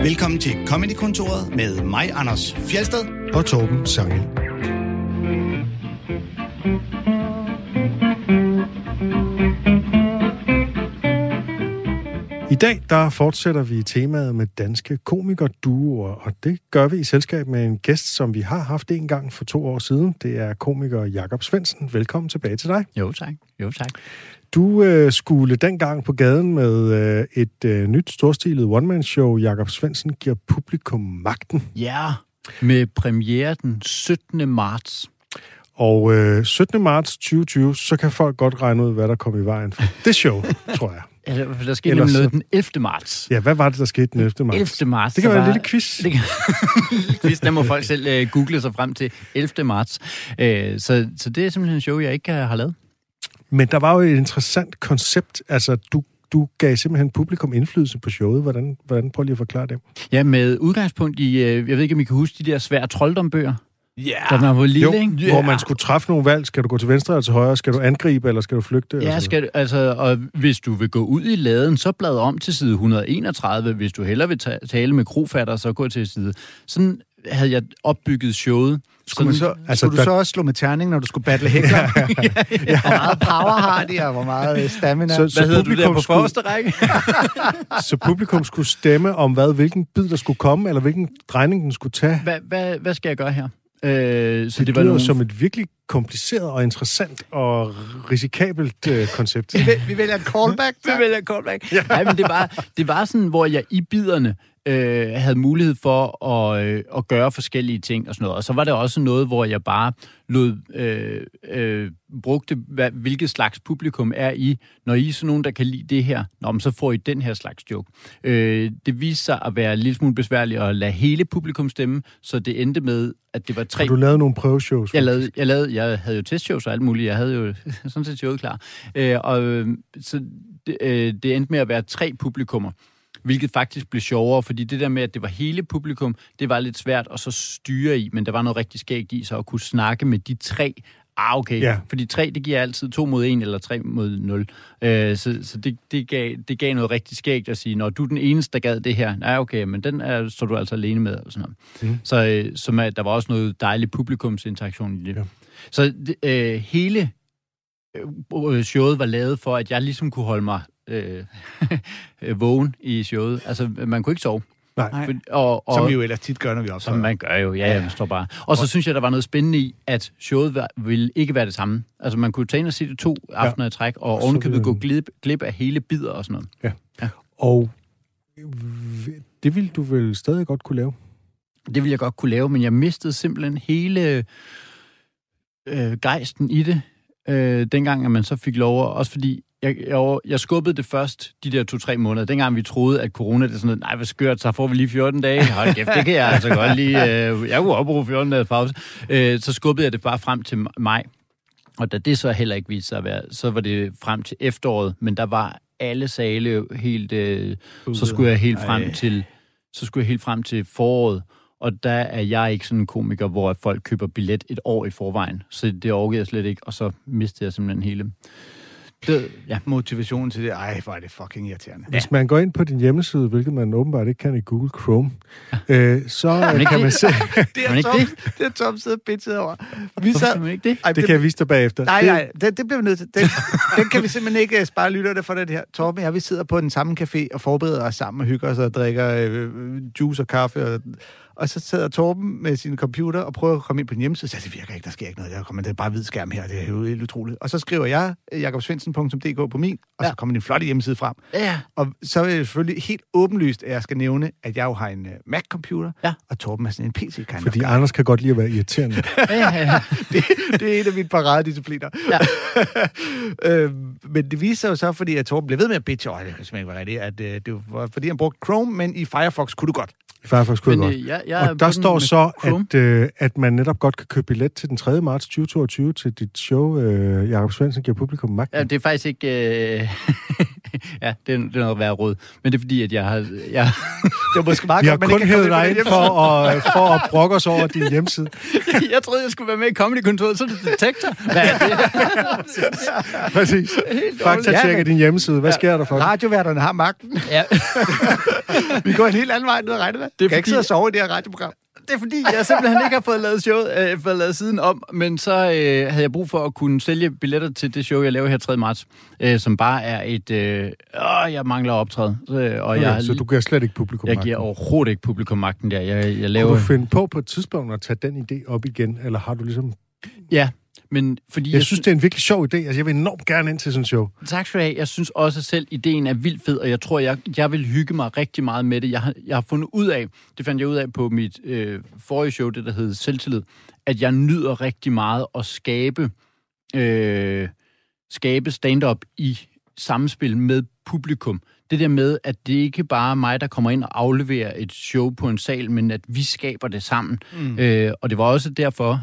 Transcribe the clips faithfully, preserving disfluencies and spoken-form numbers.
Velkommen til Comedy-kontoret med mig, Anders Fjeldsted og Torben Sangel. I dag der fortsætter vi temaet med danske komikerduoer, og det gør vi i selskab med en gæst, som vi har haft en gang for to år siden. Det er komiker Jakob Svendsen. Velkommen tilbage til dig. Jo tak. Jo tak. Du øh, skulle dengang på gaden med øh, et øh, nyt storstilet one-man-show. Jakob Svendsen giver publikum magten. Ja, med premiere den syttende marts. Og øh, syttende marts tyve tyve, så kan folk godt regne ud, hvad der kom i vejen for det show, tror jeg. Ja, der skete nemlig noget den ellevte marts. Ja, hvad var det, der skete den ellevte marts? ellevte marts. Det kan være var... en lille quiz. Det kan... en lille quiz, der må folk selv uh, google sig frem til ellevte marts. Uh, så, så det er simpelthen en show, jeg ikke uh, har lavet. Men der var jo et interessant koncept. Altså, du, du gav simpelthen publikum indflydelse på showet. Hvordan, hvordan prøv lige at forklare det? Ja, med udgangspunkt i, uh, jeg ved ikke, om I kan huske de der svære troldombøger. Ja, yeah. Der var lille, jo, ikke? Yeah. Hvor man skulle træffe nogle valg. Skal du gå til venstre eller til højre? Skal du angribe, eller skal du flygte? Ja, skal, altså, og hvis du vil gå ud i laden, så blad om til side et hundrede og enogtredive. Hvis du hellere vil ta- tale med krofatter, så gå til side. Sådan havde jeg opbygget showet. Skulle, man så, altså, skulle du der... så også slå med terning, når du skulle battle hækler? ja, ja, ja. Hvor meget power har de, og hvor meget stamina? Så, så hvad hedder du der på forreste række? Så publikum skulle stemme om, hvad, hvilken bid der skulle komme, eller hvilken drejning den skulle tage? Hvad, hvad, hvad skal jeg gøre her? Øh, så det, det var lyder nogle... som et virkelig kompliceret og interessant og risikabelt øh, koncept. vi, vi vælger en callback. vi vælger en callback. Ja. Nej, men det var, det var sådan, hvor jeg i biderne øh, havde mulighed for at, øh, at gøre forskellige ting og sådan noget. Og så var det også noget, hvor jeg bare lod, øh, øh, brugte, hvad, hvilket slags publikum er I. Når I er sådan nogen, der kan lide det her, nå, så får I den her slags joke. Øh, det viste sig at være en lille smule besværligt at lade hele publikum stemme, så det endte med, at det var tre... Og du lavede nogle prøveshows? Jeg lavede, jeg lavede, jeg havde jo testshows og alt muligt. Jeg havde jo sådan set showet klar. Øh, og så det, øh, det endte med at være tre publikummer, hvilket faktisk blev sjovere, fordi det der med, at det var hele publikum, det var lidt svært at så styre i, men der var noget rigtig skægt i, så at kunne snakke med de tre. Ah, okay. Ja. Fordi tre, det giver altid to mod en, eller tre mod nul. Øh, så så det, det, gav, det gav noget rigtig skægt at sige, når du er den eneste, der gad det her, nej, okay, men den er, så er du altså alene med, eller sådan noget. Mm. Så, øh, så med, der var også noget dejlig publikumsinteraktion i det. Ja. Så øh, hele øh, showet var lavet for, at jeg ligesom kunne holde mig øh, vågen i showet. Altså, man kunne ikke sove. Nej. For, og, og, som vi jo ellers tit gør, når vi optræder. Som man gør jo, ja, ja. Man står bare. Og så synes jeg, der var noget spændende i, at showet ville ikke være det samme. Altså, man kunne tage ind og se det to aftener ja. i træk, og ovenikøbet gå glip, glip af hele bidder og sådan noget. Ja. ja. Og det ville du vel stadig godt kunne lave? Det ville jeg godt kunne lave, men jeg mistede simpelthen hele øh, gejsten i det, øh, dengang, at man så fik lov, også fordi Jeg, jeg, jeg skubbede det først de der to-tre måneder. Dengang vi troede, at corona, det er sådan noget, nej, hvad skørt, så får vi lige fjorten dage. Hold kæft, det kan jeg altså godt lige. Øh, jeg kunne opbruge fjorten dages pause. Øh, så skubbede jeg det bare frem til maj. Og da det så heller ikke viste sig at være, så var det frem til efteråret. Men der var alle sale helt... Øh, så skulle jeg helt frem til, så skulle jeg helt frem til foråret. Og der er jeg ikke sådan en komiker, hvor folk køber billet et år i forvejen. Så det orkede jeg slet ikke, og så mistede jeg simpelthen hele... Det, ja. Motivationen til det, ej, hvor er det fucking irriterende. Hvis ja. man går ind på din hjemmeside, hvilket man åbenbart ikke kan i Google Chrome, ja. øh, så ja, kan man se... det er Tom, det? Det er Tom sidder bitchet over. Vi sad... man ikke det? Ej, det kan jeg vise dig bagefter. Nej, nej, det, det bliver vi nødt til. Den, den kan vi simpelthen ikke spare lytterne for det her. Torben og jeg, vi sidder på den samme café og forbereder os sammen og hygger os og drikker øh, juice og kaffe og... Og så sidder Torben med sin computer og prøver at komme ind på den hjemmeside, så det virker ikke, der sker ikke noget. Der kommer det er bare hvid skærm her, det er jo helt utroligt. Og så skriver jeg jakob svendsen punktum d k på min, og ja. så kommer en flot hjemmeside frem. Ja. Og så er det selvfølgelig helt åbenlyst, at jeg skal nævne, at jeg jo har en Mac-computer, ja. og Torben er sådan en P C-kind. Fordi Anders kan godt lide at være irriterende. ja, ja. det, det er en af mine paradediscipliner. Ja. øhm, men det viser sig jo så, fordi at Torben blev ved med at bitche, åh, det kan simpelthen ikke være rigtigt, at øh, det var fordi han brugte Chrome, men i Firefox kunne du godt. I Firefox kunne men, godt. Øh, jeg, jeg og der står så, at, øh, at man netop godt kan købe billet til den tredje marts tyve toogtyve til dit show, øh, Jakob Svendsen giver publikum magten. Ja, det er faktisk ikke... Øh... ja, det er, det er noget værd råd. Men det er fordi, at jeg har... Jeg... det var måske meget Vi godt, har kun hævet dig ind for at, for at brokke os over din hjemmeside. jeg troede, jeg skulle være med i Comedy-kontoret, så er det Detektor. Hvad er det? Præcis. Fakta-tjekker din hjemmeside. Hvad sker der for Radioværterne har magten. ja. Vi går en helt anden vej, end du har regnet med. Det er kan fordi... ikke sidde og sove i det her radioprogram. Det er fordi, jeg simpelthen ikke har fået lavet, show, øh, fået lavet siden om, men så øh, havde jeg brug for at kunne sælge billetter til det show, jeg laver her tredje marts, øh, som bare er et... Øh, åh, jeg mangler optræde. Så, og okay, jeg, så du giver slet ikke publikum magten? Jeg giver overhovedet ikke publikum magten der. Jeg, jeg laver... Kunne du finde på på et tidspunkt at tage den idé op igen, eller har du ligesom... Ja, men fordi... Jeg, jeg synes, det er en virkelig sjov idé. Altså, jeg vil enormt gerne ind til sådan en show. Tak skal du have. Jeg synes også selv, ideen er vildt fed, og jeg tror, jeg, jeg vil hygge mig rigtig meget med det. Jeg har, jeg har fundet ud af, det fandt jeg ud af på mit øh, forrige show, det der hed Selvtillid, at jeg nyder rigtig meget at skabe, øh, skabe stand-up i samspil med publikum. Det der med, at det ikke bare er mig, der kommer ind og afleverer et show på en sal, men at vi skaber det sammen. Mm. Øh, og det var også derfor...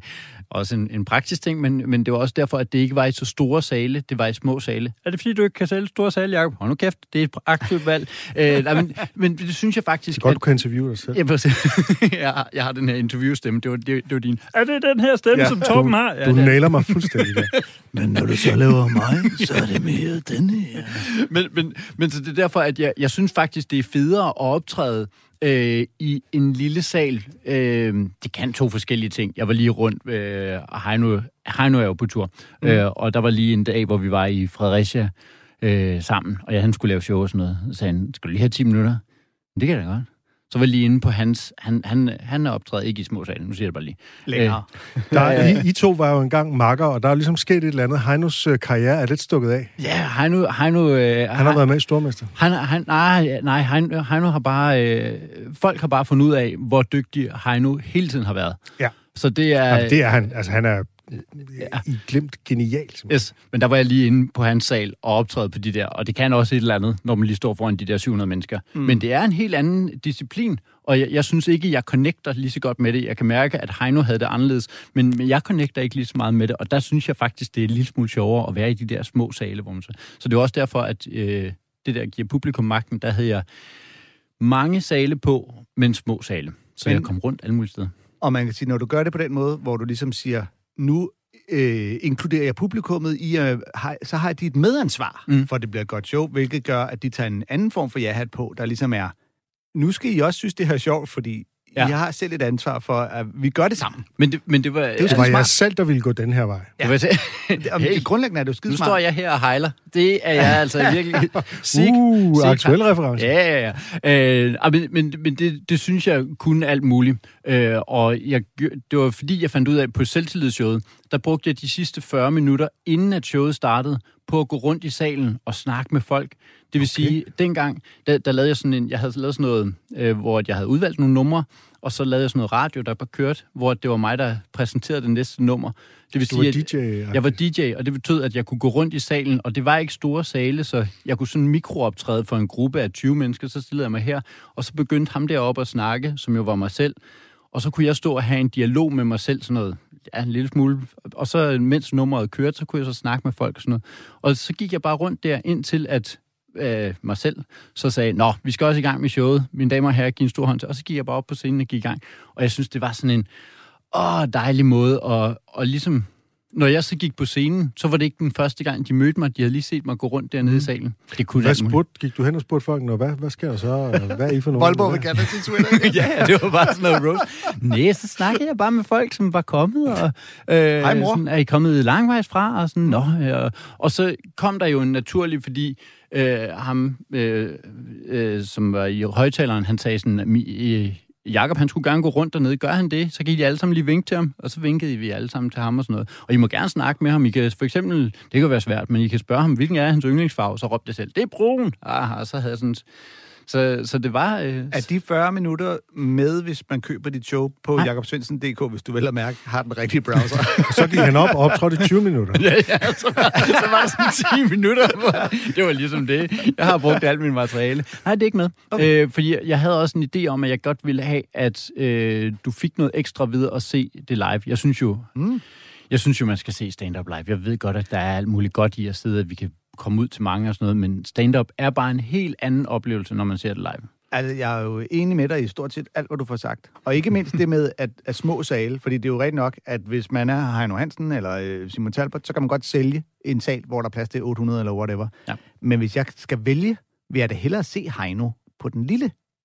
Også en, en praktisk ting, men, men det var også derfor, at det ikke var i så store sale, det var i små sale. Er det fordi, du ikke kan sælge store sale, Jacob? Hold nu kæft, det er et aktivt valg. øh, nej, men, men det synes jeg faktisk... Det er godt, at, du kan interviewe dig selv. Jeg, jeg, har, jeg har den her interviewstemme, det var, det, det var din... Er det den her stemme, ja, som Torben har? Ja, du nailer mig fuldstændig der. Men når du så laver mig, så er det mere den her. men, men, men så det er derfor, at jeg, jeg synes faktisk, det er federe at optræde Øh, i en lille sal. Øh, det kan to forskellige ting. Jeg var lige rundt, øh, og Heino, Heino er jo på tur, mm. øh, og der var lige en dag, hvor vi var i Fredericia øh, sammen, og ja, han skulle lave show og sådan noget. Så sagde han, skal du lige have ti minutter? Men det kan jeg da godt. Så var jeg lige inde på hans... Han, han, han er optrædet ikke i små salen, nu siger jeg det bare lige. Længere. Øh, der, I, I to var jo engang makker, og der er ligesom sket et eller andet. Heinos øh, karriere er lidt stukket af. Ja, Heino... Heino øh, han har han, været med i Stormester. Han, han, nej, nej Heino, Heino har bare... Øh, folk har bare fundet ud af, hvor dygtig Heino hele tiden har været. Ja. Så det er... Jamen, det er han. Altså, han er... Ja. I glemt genialt. Yes, men der var jeg lige inde på hans sal og optræde på de der, og det kan også et eller andet, når man lige står foran de der syv hundrede mennesker. Mm. Men det er en helt anden disciplin, og jeg, jeg synes ikke, jeg connecter lige så godt med det. Jeg kan mærke, at Heino havde det anderledes, men, men jeg connecter ikke lige så meget med det, og der synes jeg faktisk, det er en lille smule sjovere at være i de der små sale. Hvor man så. så det er også derfor, at øh, det der giver publikum magten, der havde jeg mange sale på, men små sale. Så men, jeg kom rundt alle mulige steder. Og man kan sige, når du gør det på den måde, hvor du ligesom siger, nu øh, inkluderer jeg publikummet i, øh, har, så har de et medansvar mm. for, at det bliver et godt show, hvilket gør, at de tager en anden form for ja-hat på, der ligesom er, nu skal I også synes, det her er sjovt, fordi ja. Jeg har selv et ansvar for, at vi gør det sammen. Men det, men det var... Det var, var jeg selv, der ville gå den her vej. Ja. Det var, hey, grundlæggende er det jo skidesmart. Nu står jeg her og hejler. Det er jeg altså virkelig... Sig, uh, sig, aktuel reference. Ja, ja, ja. Øh, men men, men det, det synes jeg kunne alt muligt. Øh, og jeg, det var fordi, jeg fandt ud af, på selvtillidsshowet, der brugte jeg de sidste fyrre minutter, inden at showet startede, på at gå rundt i salen og snakke med folk. Det vil okay. sige, dengang, der, der lavede jeg sådan en... Jeg havde lavet sådan noget, øh, hvor jeg havde udvalgt nogle numre, og så lavede jeg sådan noget radio, der bare kørte, hvor det var mig, der præsenterede det næste nummer. Det vil du sige, var D J? Jeg var D J, og det betød, at jeg kunne gå rundt i salen, og det var ikke store sale, så jeg kunne sådan mikrooptræde for en gruppe af tyve mennesker, så stillede jeg mig her, og så begyndte ham deroppe at snakke, som jo var mig selv, og så kunne jeg stå og have en dialog med mig selv, sådan noget, ja, en lille smule, og så mens nummeret kørte, så kunne jeg så snakke med folk og sådan noget. Og så gik jeg bare rundt der, indtil at øh, mig selv så sagde, nå, vi skal også i gang med showet, mine damer og herrer, giv en stor hånd til, og så gik jeg bare op på scenen og gik i gang. Og jeg synes, det var sådan en åh, dejlig måde, og, og ligesom, når jeg så gik på scenen, så var det ikke den første gang, de mødte mig, de havde lige set mig gå rundt dernede mm. i salen. Det kunne hvad spurgte, gik du hen og spurgte folk, hvad, hvad sker der så? Hvad er I for nogen? Voldborg vil gerne til Twitter. Ja, det var bare sådan noget roast. Nej, så snakkede jeg bare med folk, som var kommet, og øh, Hej, mor. Sådan, er I kommet langvejs fra, og sådan, nå, ja. Og så kom der jo en naturlig, fordi øh, ham, øh, øh, som var i højtaleren, han sagde sådan, i, Jakob, han skulle gerne gå rundt dernede. Gør han det, så gik de alle sammen lige vinke til ham, og så vinkede vi alle sammen til ham og sådan noget. Og I må gerne snakke med ham. I kan for eksempel, det kan være svært, men I kan spørge ham, hvilken er hans yndlingsfarve, så råbte det selv. Det er brun! Ah, og så havde jeg sådan... Så, så det var... Øh... Er de fyrre minutter med, hvis man køber dit show på jakob svendsen punktum d k, hvis du vel at mærke, har den rigtige browser? Så gik han op og optrådte i tyve minutter. Ja, ja, så var, så var det sådan ti minutter. Det var ligesom det. Jeg har brugt alt mit materiale. Nej, det er ikke med. Okay. Øh, fordi jeg havde også en idé om, at jeg godt ville have, at øh, du fik noget ekstra ved at se det live. Jeg synes jo... Mm. Jeg synes jo, man skal se stand-up live. Jeg ved godt, at der er alt muligt godt i at sidde, at vi kan komme ud til mange og sådan noget, men stand-up er bare en helt anden oplevelse, når man ser det live. Altså, jeg er jo enig med dig i stort set alt, hvad du får sagt. Og ikke mindst det med at, at små sale, fordi det er jo rigtigt nok, at hvis man er Heino Hansen eller øh, Simon Talbot, så kan man godt sælge en sal, hvor der er plads til otte hundrede eller whatever. Ja. Men hvis jeg skal vælge, vil jeg da hellere se Heino på den lille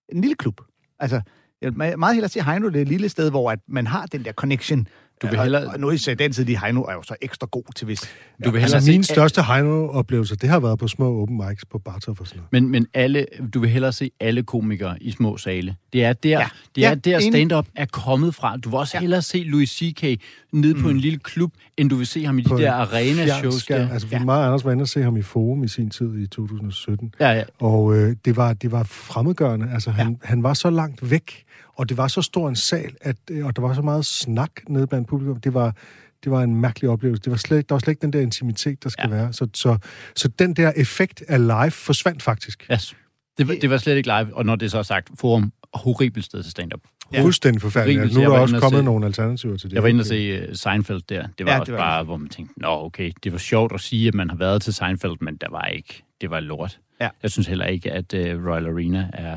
en lille klub. Altså, jeg vil meget hellere sige Heino, det er et lille sted, hvor at man har den der connection. Du vil hellere... Og, og nu i den tid, de Heino er jo så ekstra god til hvis... Du vil altså, min største Heino-oplevelse, det har været på små open mics på Bartov og sådan noget. Men, men alle, du vil hellere se alle komikere i små sale. Det er der, ja. det er ja, der stand-up er kommet fra. Du vil også ja. hellere se Louis C K nede mm. på en lille klub, end du vil se ham i på de der arena-shows. Der. Altså, ja. mig og Anders var inde og se ham i Forum i sin tid i to tusind og sytten. Ja, ja. Og øh, det, var, det var fremmedgørende. Altså, han, ja. han var så langt væk, og det var så stor en sal, at, og der var så meget snak nede blandt publikum. Det var, det var en mærkelig oplevelse. Det var slet, der var slet ikke den der intimitet, der skal ja. være. Så, så, så den der effekt af live forsvandt faktisk. Yes. Det, var, det var slet ikke live, og når det så er sagt, Forum, horribelt sted til stand-up. Ja. Fuldstændig forfærdeligt. Nu er der også kommet se, nogle alternativer til det. Jeg var inde og se uh, Seinfeld der. Det var ja, også det var bare, hvor man tænkte, nå okay, det var sjovt at sige, at man har været til Seinfeld, men der var ikke, det var lort. Ja. Jeg synes heller ikke, at uh, Royal Arena er,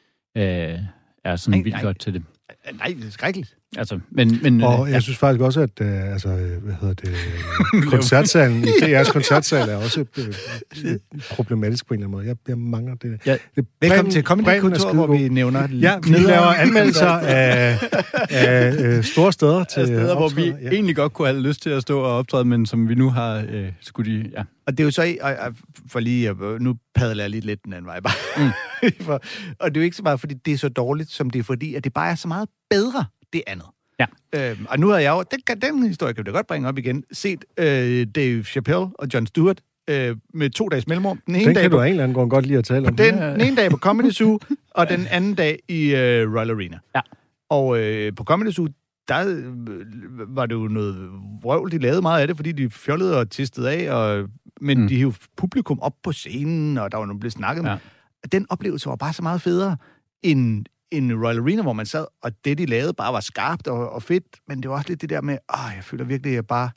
uh, er sådan nej, vildt nej. godt til det. Nej, det er skrækkeligt. Altså, men, men, og øh, jeg synes faktisk også, at øh, altså, hvad hedder det, koncertsalen, D R's koncertsal er også øh, problematisk på en eller anden måde. Jeg, jeg mangler det. Ja. det Velkommen til Comedy Kultur, hvor vi nævner... Ja, vi laver anmeldelser af, af øh, store steder til af steder, optræder, hvor vi ja. egentlig godt kunne have lyst til at stå og optræde, men som vi nu har øh, skulle de... Ja. Og det er jo så... For lige... Nu padler jeg lige lidt den anden vej bare. Mm. for, og det er jo ikke så meget, fordi det er så dårligt, som det er fordi, at det bare er så meget bedre, det andet. Ja. Øhm, og nu har jeg jo, den, den historie kan vi da godt bringe op igen, set øh, Dave Chappelle og Jon Stewart øh, med to dages mellemrum. Den, ene den dag kan på, du af en eller anden grund godt lide at tale om. Den, den ene dag på Comedy Zoo, og den anden dag i øh, Royal Arena. Ja. Og øh, på Comedy Zoo, der øh, var det jo noget vrøvl, de lavede meget af det, fordi de fjollede og tistede af, og, men mm. de hævde publikum op på scenen, og der var noget blevet snakket med. Ja. Den oplevelse var bare så meget federe end en Royal Arena, hvor man sad, og det, de lavede, bare var skarpt og, og fedt, men det var også lidt det der med, åh, jeg føler virkelig, at jeg bare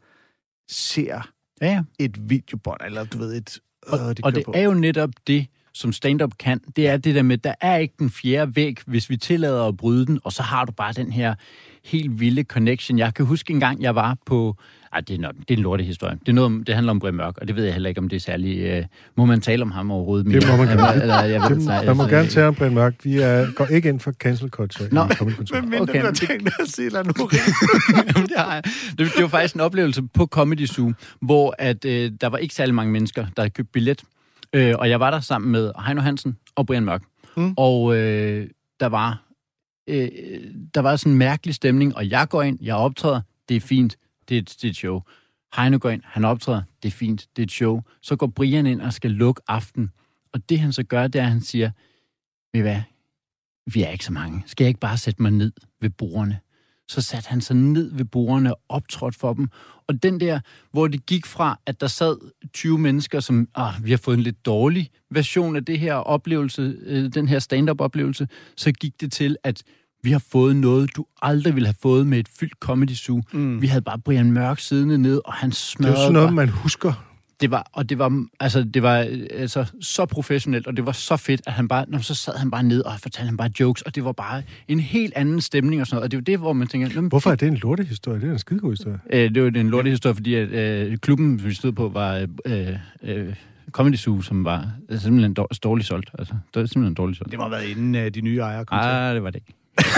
ser ja, ja. et videobånd, eller du ved, et... Og, øh, det, og det på. er jo netop det, som stand-up kan. Det er det der med, der er ikke den fjerde væg, hvis vi tillader at bryde den, og så har du bare den her helt vilde connection. Jeg kan huske en gang, jeg var på... Ej, det er, nok, det er en lortehistorie. Det, er noget, det handler om Brian Mørk, og det ved jeg heller ikke, om det er særlig... Øh, må man tale om ham overhovedet? Det må man gerne. Eller, jeg ved, det, nej, man må altså, gerne tale om Brian Mørk. Vi er, går ikke ind for cancel culture. Nå, men mindre okay. du har tænkt at sige, eller nu det, har jeg. Det, det var faktisk en oplevelse på Comedy Zoo, hvor at, øh, der var ikke særlig mange mennesker, der havde købt billet. Øh, og jeg var der sammen med Heino Hansen og Brian Mørk. Mm. Og øh, der var øh, der var sådan en mærkelig stemning, og jeg går ind, jeg optræder, det er fint, det er et, det er et show. Heino går ind, han optræder, det er fint, det er et show. Så går Brian ind og skal lukke aften. Og det han så gør, det er, at han siger, ved hvad, vi er ikke så mange. Skal jeg ikke bare sætte mig ned ved bordene? Så satte han sig ned ved bordene og optrådte for dem. Og den der, hvor det gik fra, at der sad tyve mennesker, som, ah, vi har fået en lidt dårlig version af det her oplevelse, øh, den her stand-up-oplevelse, så gik det til, at vi har fået noget, du aldrig ville have fået med et fyldt Comedy Zoo. Mm. Vi havde bare Brian Mørk siddende ned, og han smadrede... Det er jo sådan noget, man husker. Det var, og det var, altså, det var altså, så professionelt, og det var så fedt, at han bare, når så sad han bare ned og fortalte han bare jokes, og det var bare en helt anden stemning og sådan noget. Og det var det, hvor man tænker... Hvorfor er det en lortehistorie? Det er en skidegod historie. Øh, det var en lortehistorie, fordi at, øh, klubben, vi stod på, var øh, øh, Comedy Zoo, som var altså, simpelthen dårligt solgt. Altså, det var simpelthen dårligt solgt. Det må have været inden øh, de nye ejere kom til. Nej, det var det ikke.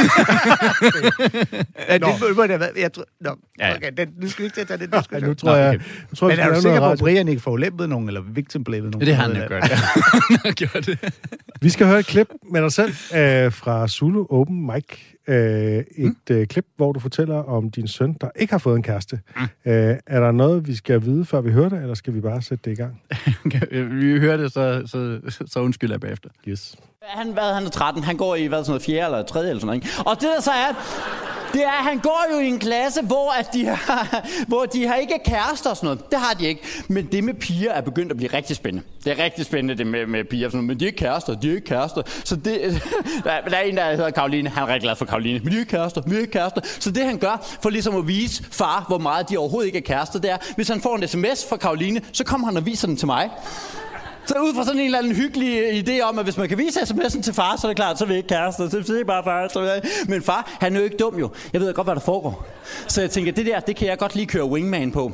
ja, det må det have været. Jeg tror, nå, okay, den, nu skal vi ikke tage det. Nu ja, nu tror jeg... Okay. Jeg tror, men er du sikker på, at Brian ikke får ulæmpet nogen, eller victim blamet nogen? Det har han jo gjort. Han har gjort det. Vi skal høre et klip med dig selv øh, fra Zulu Open Mic. Øh, et mm. øh, klip, hvor du fortæller om din søn, der ikke har fået en kæreste. Mm. Øh, er der noget, vi skal vide, før vi hører det, eller skal vi bare sætte det i gang? Vi hører det, så, så, så undskylder jeg bagefter. Yes. Han, hvad, han er tretten, han går i hvad, sådan noget fjerde eller tredje eller sådan noget, ikke? Og det der så er, det er, han går jo i en klasse, hvor, at de, har, hvor de har ikke kærester og sådan noget. Det har de ikke. Men det med piger er begyndt at blive rigtig spændende. Det er rigtig spændende, det med, med piger. Sådan noget. Men de er ikke kærester, de er ikke kærester. Så det, der, der er en, der hedder Karoline. Han er rigtig glad for Karoline. Men de er ikke kærester, vi er ikke kærester. Så det han gør, for ligesom at vise far, hvor meget de overhovedet ikke er kærester, det er, hvis han får en sms fra Karoline, så kommer han og viser den til mig. Så ud fra sådan en eller anden hyggelig idé om, at hvis man kan vise sms'en til far, så er det klart, så er vi ikke kærester. Så det er bare far. Så men far, han er jo ikke dum jo. Jeg ved godt, hvad der foregår. Så jeg tænker, det der, det kan jeg godt lige køre wingman på.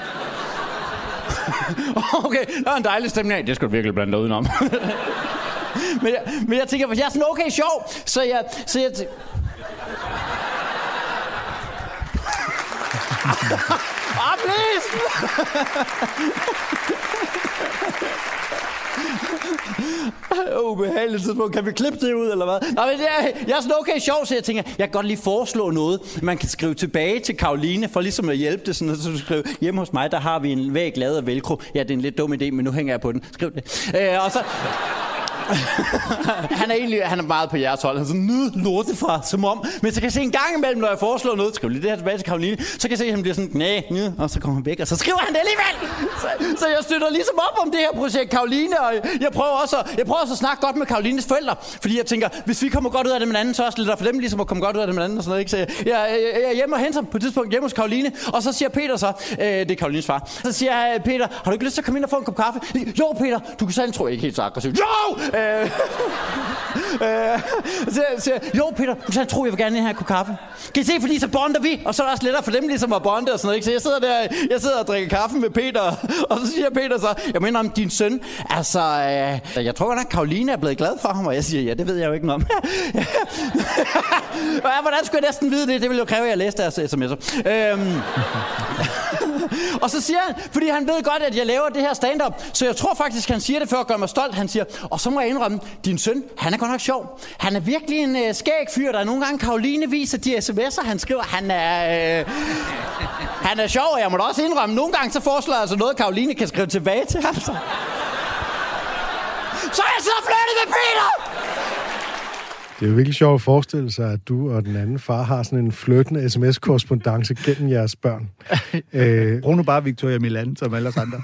Okay, der er en dejlig stemning af. Det skal du virkelig blande dig udenom. men, jeg, men jeg tænker, jeg er sådan okay sjov, så jeg... Så jeg t- ah, please! Ubehageligt tidspunkt. Kan vi klippe det ud, eller hvad? Nå, men det er, jeg er sådan okay sjov, så jeg tænker, jeg kan godt lige foreslå noget. Man kan skrive tilbage til Karoline, for ligesom at hjælpe det. Sådan, så du skriver, hjemme hos mig, der har vi en væg lavet af velcro. Ja, det er en lidt dum idé, men nu hænger jeg på den. Skriv det. Øh, og så... han er egentlig han er meget på jeres hold. Han er sådan, nyd lortefar, som om. Men så kan jeg se en gang imellem, når jeg foreslår noget, skriv lige det her tilbage til Karoline, så kan jeg se, at han bliver sådan, næh, nyd, og så kommer han væk, og så skriver han det alligevel. Så, så jeg støtter ligesom op om det her projekt Karoline, og jeg prøver også, jeg prøver også at snakke godt med Karolines forældre, fordi jeg tænker, hvis vi kommer godt ud af det med anden, så er det også lidt for dem ligesom at komme godt ud af det med anden, og sådan noget, ikke? Så jeg, jeg, jeg, jeg er hjemme og henter ham på et tidspunkt hjemme hos Karoline, og så siger Peter så, øh, det er Karolines far, så siger jeg, Peter, har du ikke lyst til at komme ind og få en kop kaffe? Jo, Peter, du kan selv tro, jeg ikke helt så aggressivt. Jo! Øh, Øh, så, så, jo Peter, du kan tro, jeg vil gerne have en kop kaffe. Kan I se, fordi så bonder vi. Og så er det også lettere for dem ligesom at bonde og sådan noget, ikke? Så jeg sidder der, jeg sidder og drikker kaffe med Peter. Og så siger Peter så, jeg mener om din søn. Altså, øh, jeg tror godt, at Karoline er blevet glad for ham. Og jeg siger, ja, det ved jeg jo ikke noget om. Hvordan skulle jeg næsten vide det? Det ville jo kræve, at jeg læste deres sms'er. øhm. Og så siger han, fordi han ved godt, at jeg laver det her stand-up, så jeg tror faktisk, han siger det for at gøre mig stolt. Han siger, og så må jeg indrømme, din søn, han er godt nok sjov. Han er virkelig en øh, skæg fyr, der nogle gange Karoline viser de sms'er, han skriver. Han er, øh, han er sjov, og jeg må da også indrømme, nogle gange så foreslår jeg altså noget, Karoline kan skrive tilbage til ham. Så, så jeg sidder og flyttet med Peter! Det er jo virkelig sjovt at forestille sig, at du og den anden far har sådan en flirtende sms-korrespondance gennem jeres børn. øh, Brug nu bare Victoria Milan, som alle os andre.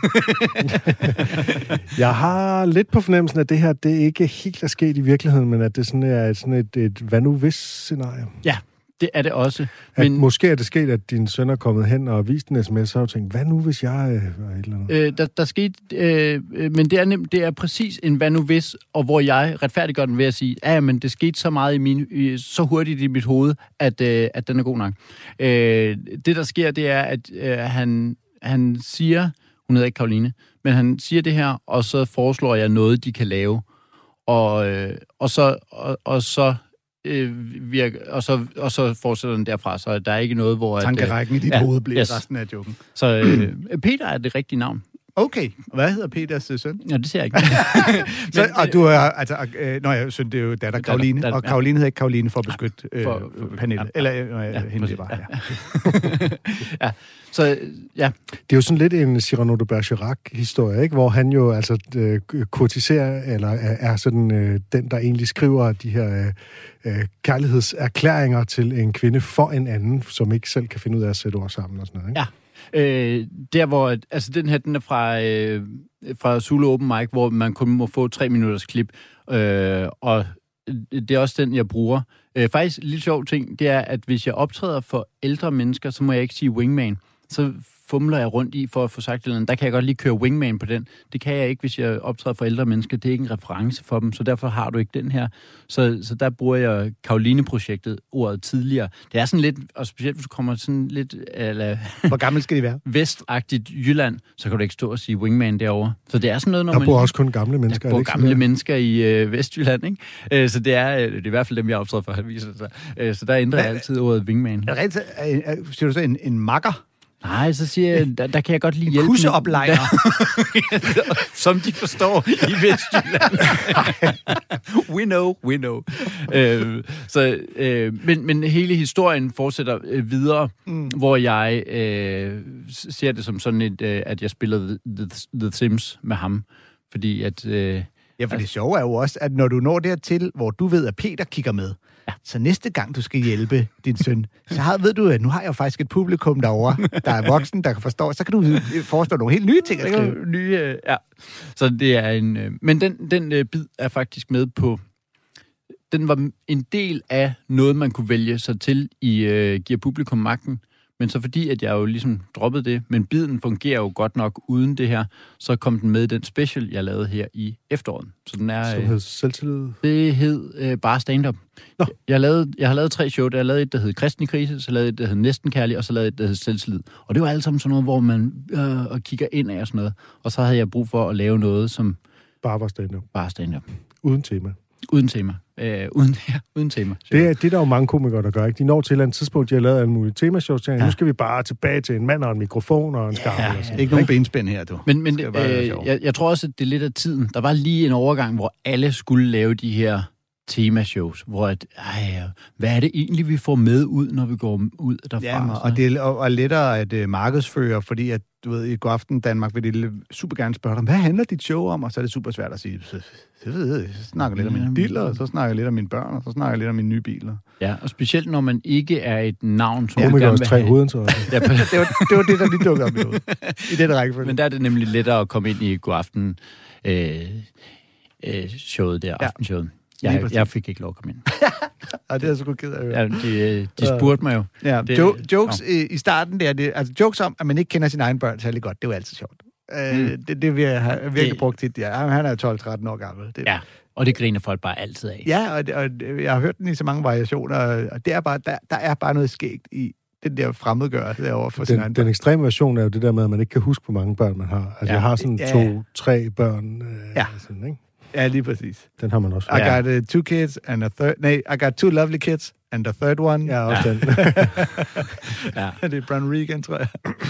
Jeg har lidt på fornemmelsen, at det her, det ikke helt er sket i virkeligheden, men at det sådan er sådan et, et hvad nu hvis-scenarie. Ja, det er det også. Men måske er det sket, at din søn er kommet hen og vist en sms, og har tænkt, hvad nu hvis jeg øh, var et eller andet? Øh, der, der skete, øh, men det er nemt, det er præcis en hvad nu hvis, og hvor jeg retfærdiggør den ved at sige, ja, men det skete så meget i min, i, så hurtigt i mit hoved, at, øh, at den er god nok. Øh, det, der sker, det er, at øh, han, han siger, hun hedder ikke Karoline, men han siger det her, og så foreslår jeg noget, de kan lave. Og, øh, og så... Og, og så Øh, virker, og, så, og så fortsætter den derfra, så der er ikke noget, hvor... Tankerækken at, i dit ja, hoved bliver yes. resten af joken. Så øh, Peter er det rigtige navn. Okay. Hvad hedder Peters søn? Ja, det ser jeg ikke. så, og du er... Altså, øh, nå ja, søn, det er jo datter Karoline, og Karoline hedder ikke Karoline for at beskytte øh, for, for, Pernille. Ja, eller øh, ja, hende det bare. Ja. ja. Så, ja. Det er jo sådan lidt en Cyrano de Bergerac-historie, ikke? Hvor han jo altså øh, kurtiserer, eller er sådan øh, den, der egentlig skriver de her øh, kærlighedserklæringer til en kvinde for en anden, som ikke selv kan finde ud af at sætte ord sammen og sådan noget, ikke? Ja. Øh, der hvor, altså den her, den er fra, øh, fra Zulu Open Mic, hvor man kun må få tre minutters klip, øh, og det er også den, jeg bruger. Øh, faktisk en lidt sjov ting, det er, at hvis jeg optræder for ældre mennesker, så må jeg ikke sige wingman. Så fumler jeg rundt i for at få sagt det. Der kan jeg godt lige køre wingman på den. Det kan jeg ikke, hvis jeg optræder for ældre mennesker. Det er ikke en reference for dem, så derfor har du ikke den her. Så, så der bruger jeg Karoline-projektet ordet tidligere. Det er sådan lidt, og specielt hvis du kommer sådan lidt... Eller, hvor gammel skal de være? Vestagtigt Jylland, så kan du ikke stå og sige wingman derovre. Så det er sådan noget, når der man... Der bor også kun gamle mennesker. Der bor gamle mennesker i øh, Vestjylland, ikke? Øh, så det er, det er i hvert fald dem, jeg optræder for, viser sig. Øh, så der ændrer jeg altid ordet wingman. Er det rigtigt? Siger du så en, en makker? Nej, så siger jeg, der, der kan jeg godt lige hjælpe. Kusseoplejner. Som de forstår i Vestjylland. we know, we know. øh, så, øh, men, men hele historien fortsætter øh, videre, mm. hvor jeg øh, ser det som sådan et, øh, at jeg spiller The, The Sims med ham. Fordi at... Øh, ja, for det sjove er jo også, at når du når dertil, hvor du ved, at Peter kigger med, ja. Så næste gang, du skal hjælpe din søn, så har, ved du, at nu har jeg jo faktisk et publikum derovre, der er voksen, der kan forstå, så kan du forestå nogle helt nye ting at skrive. Nye, øh, ja. Så det er en... Øh, men den, den øh, bid er faktisk med på... Den var en del af noget, man kunne vælge sig til i øh, Giver Publikum Magten. Men så fordi, at jeg jo ligesom droppede det, men biden fungerer jo godt nok uden det her, så kom den med i den special, jeg lavede her i efteråret. Så den er... Som hed Selvtillid? Det hed øh, bare stand-up. Jeg, jeg, lavede, jeg har lavet tre show. Jeg har lavet et, der hed Kristen i krise, så lavede et, der hed Næsten kærlig, og så lavede et, der hed Selvtillid. Og det var alle sammen sådan noget, hvor man øh, og kigger ind af og sådan noget. Og så havde jeg brug for at lave noget, som... Bare var stand-up. Bare stand-up. uden tema. Uden tema. Øh, uden, ja, uden tema. Det er, det er der jo mange komikere, der gør, ikke? De når til et eller andet tidspunkt, de har lavet alle mulige temashows. Ja. Nu skal vi bare tilbage til en mand og en mikrofon og en skærm. Ja, og sådan. Ikke nogen benspænd her, du. Men, men øh, jeg, jeg tror også, at det er lidt af tiden. Der var lige en overgang, hvor alle skulle lave de her temashows, hvor at, ej, hvad er det egentlig, vi får med ud, når vi går ud derfra? Ja, og det er og, og lettere at uh, markedsføre, fordi at, du ved, i Godaften Danmark vil de super gerne spørge dig, hvad handler dit show om? Og så er det super svært at sige, så, så, så, så snakker jeg lidt om mine biler, og så snakker jeg lidt om mine børn, og så snakker jeg lidt om mine nye biler. Ja, og specielt når man ikke er et navn, som ja, du gerne vil tre have. Hovedinteresser. Ja, det, var, det var det, der lige dukkede op i hovedet. I den rækkefølge. Men der er det nemlig lettere at komme ind i Godaften øh, øh, showet der, ja. aftenshowet. Jeg, jeg fik ikke lov at komme ind. Ja, det er jeg sgu ked af at høre. Ja, de, de spurgte mig jo. Ja, det, jo, jokes i, i starten der, det, altså jokes om, at man ikke kender sine egne børn særlig godt, det er jo altid sjovt. Mm. Øh, det, det vil jeg have virkelig det, brugt tit. Ja, han er tolv tretten år gammel. Det, ja, og det griner folk bare altid af. Ja, og, det, og jeg har hørt den i så mange variationer, og det er bare, der, der er bare noget skægt i den der fremmedgørelse derovre for den, sin egen den ekstreme version er jo det der med, at man ikke kan huske, hvor mange børn man har. Altså, ja. jeg har sådan ja. to, tre børn. Øh, ja. Sådan, ikke? Ja, lige præcis. Den har man også. I got uh, two kids and a third... Nej, I got two lovely kids and a third one. Ja, også ja. den. ja. Det er Brian Regan, tror jeg.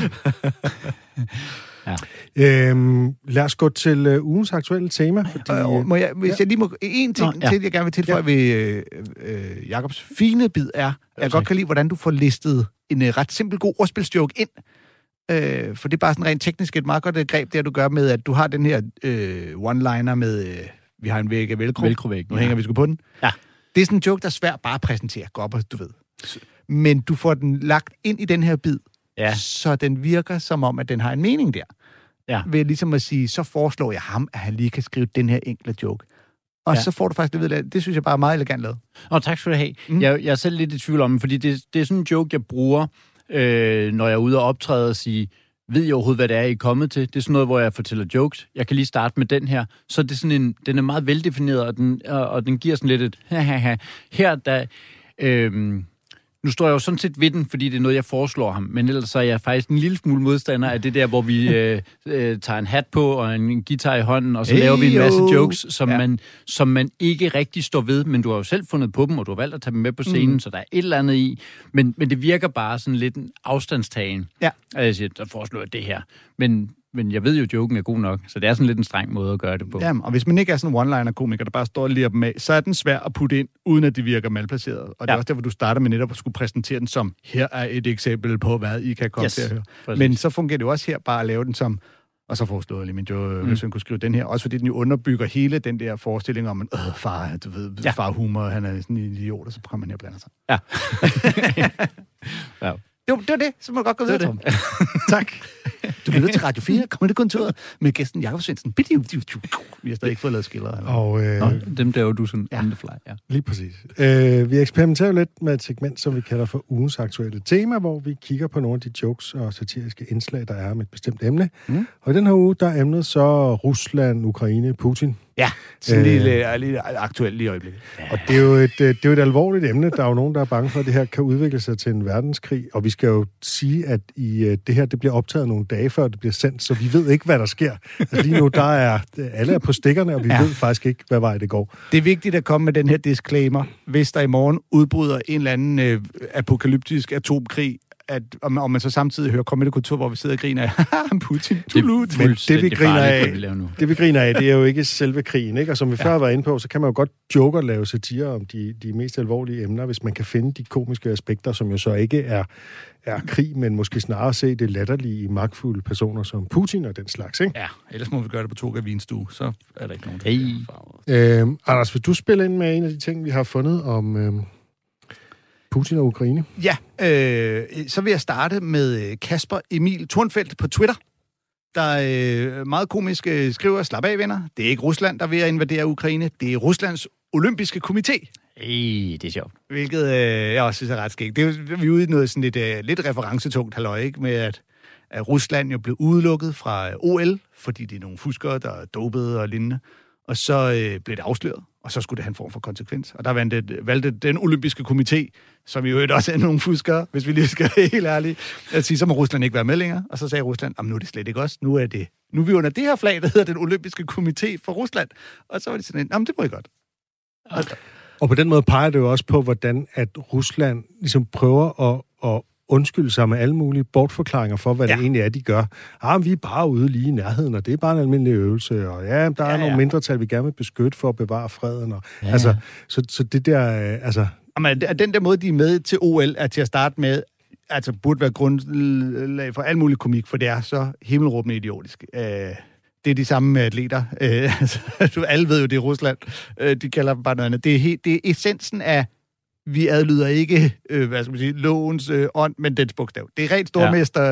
ja. øhm, lad os gå til uh, ugens aktuelle tema. Fordi, øh, må jeg, hvis ja. jeg lige må... En ting Nå, ja. til, jeg gerne vil tilføje ja. ved øh, øh, Jacobs fine bid er, jeg okay. godt kan lide, hvordan du får listet en uh, ret simpel, god ordspilsjoke ind. Øh, for det er bare sådan rent teknisk et meget godt greb, det du gør med, at du har den her øh, one-liner med, øh, vi har en væg af velcro. Velcro-væg, nu hænger ja. vi sgu på den. Ja. Det er sådan en joke, der er svært bare at præsentere. Gå op, du ved. Men du får den lagt ind i den her bid, ja. så den virker som om, at den har en mening der. Ja. Ved ligesom at sige, så foreslår jeg ham, at han lige kan skrive den her enkle joke. Og ja. så får du faktisk det ved, det synes jeg bare er meget elegant lavet. Og tak skal du have. Mm. Jeg, jeg er selv lidt i tvivl om, fordi det, det er sådan en joke, jeg bruger, øh, når jeg er ude og optræde og sige, ved jeg overhovedet, hvad det er, I er kommet til? Det er sådan noget, hvor jeg fortæller jokes. Jeg kan lige starte med den her. Så det er sådan en, den er meget veldefineret, og den, og, og den giver sådan lidt et ha-ha-ha. Her, der... Øh, nu står jeg jo sådan set ved den, fordi det er noget, jeg foreslår ham. Men ellers så er jeg faktisk en lille smule modstander af det der, hvor vi øh, øh, tager en hat på og en guitar i hånden, og så hey, laver vi en masse jokes, som, ja. man, som man ikke rigtig står ved, men du har jo selv fundet på dem, og du har valgt at tage dem med på scenen, mm. så der er et eller andet i. Men, men det virker bare sådan lidt en afstandstagen. Ja. Og jeg siger, der foreslår jeg det her. Men... Men jeg ved jo, at joken er god nok, så det er sådan lidt en streng måde at gøre det på. Jamen, og hvis man ikke er sådan en one-liner-komiker, der bare står og lirer dem af, så er den svær at putte ind, uden at de virker malplaceret. Og det er ja. også derfor, du starter med netop at skulle præsentere den som, her er et eksempel på, hvad I kan komme yes. til at høre. Præcis. Men så fungerer det jo også her bare at lave den som, og så foreslår jeg lige min joke, mm. hvis man kunne skrive den her, også fordi den jo underbygger hele den der forestilling om, at øh, far, du ved, ja. far humor, han er sådan en idiot, og så kommer man her og blander sig. Ja. ja. Det var, det var det, så må du godt gå videre, Tom. Tak. Du lytter til Radio fire, kommer det kontoret med gæsten Jakob Svendsen. Vi har stadig ikke fået lavet skiller. Og, øh, Nå, dem der er jo du sådan ja. on the fly. Ja. Lige præcis. Øh, vi eksperimenterer lidt med et segment, som vi kalder for ugens aktuelle tema, hvor vi kigger på nogle af de jokes og satiriske indslag, der er med et bestemt emne. Mm. Og i den her uge, der er emnet så Rusland, Ukraine, Putin. Ja, sådan øh, lige, lige aktuelt lige i øjeblikket. Og det er, jo et, det er jo et alvorligt emne. Der er jo nogen, der er bange for, at det her kan udvikle sig til en verdenskrig. Og vi skal jo sige, at i det her, det bliver optaget nogle dage før det bliver sendt, så vi ved ikke, hvad der sker. Altså lige nu, der er alle er på stikkerne, og vi ja. ved faktisk ikke, hvad vej det går. Det er vigtigt at komme med den her disclaimer. Hvis der i morgen udbryder en eller anden øh, apokalyptisk atomkrig, at om, om man så samtidig hører komme i det kultur, hvor vi sidder og griner af, Putin, tulut. Men det vi, griner af, det vi griner af, det er jo ikke selve krigen, ikke? Og som vi ja. før var inde på, så kan man jo godt joke og lave satire om de, de mest alvorlige emner, hvis man kan finde de komiske aspekter, som jo så ikke er, er krig, men måske snarere se det latterlige i magtfulde personer som Putin og den slags, ikke? Ja, ellers må vi gøre det på Toga Vinstue, så er der ikke nogen, der hey. øhm, Anders, vil du spille ind med en af de ting, vi har fundet om... Øhm Putin og Ukraine? Ja, øh, så vil jeg starte med Kasper Emil Thornfeldt på Twitter, der øh, meget komisk øh, skriver, slap af venner, det er ikke Rusland, der er ved at invadere Ukraine, det er Ruslands olympiske komité. Ej, det er sjovt. Hvilket øh, jeg også synes er ret skægt. Det er vi er ude i noget sådan lidt, øh, lidt referencetungt, halløj, ikke? Med at, at Rusland jo blev udelukket fra O L, fordi det er nogle fuskere, der er dopede og lignende. Og så øh, blev det afsløret. og så skulle det have en form for konsekvens. Og der valgte, valgte den olympiske komité, som jo også er nogle fuskere, hvis vi lige skal være helt ærlige, at sige, så må Rusland ikke være med længere. Og så sagde Rusland, nu er det slet ikke os, nu er det nu er vi under det her flag, der hedder den olympiske komité for Rusland. Og så var de sådan, jamen det må I godt. Og, og på den måde peger det jo også på, hvordan at Rusland ligesom prøver at, at undskylde sig med alle mulige bortforklaringer for, hvad ja. det egentlig er, de gør. Ah, vi er bare ude lige i nærheden, og det er bare en almindelig øvelse, og ja, der er ja, ja. nogle mindretal, vi gerne vil beskytte for at bevare freden. Og, ja. altså, så, så det der, altså... Jamen, den der måde, de er med til O L, er til at starte med, altså burde være grundlag for al mulig komik, for det er så himmelråbende idiotisk. Øh, det er de samme atleter. Øh, altså, alle ved jo, det er Rusland. Øh, de kalder dem bare noget andet. Det er, helt, det er essensen af, vi adlyder ikke, øh, hvad skal man sige, lovens øh, ånd, men dens bogstav. Det er rent stormester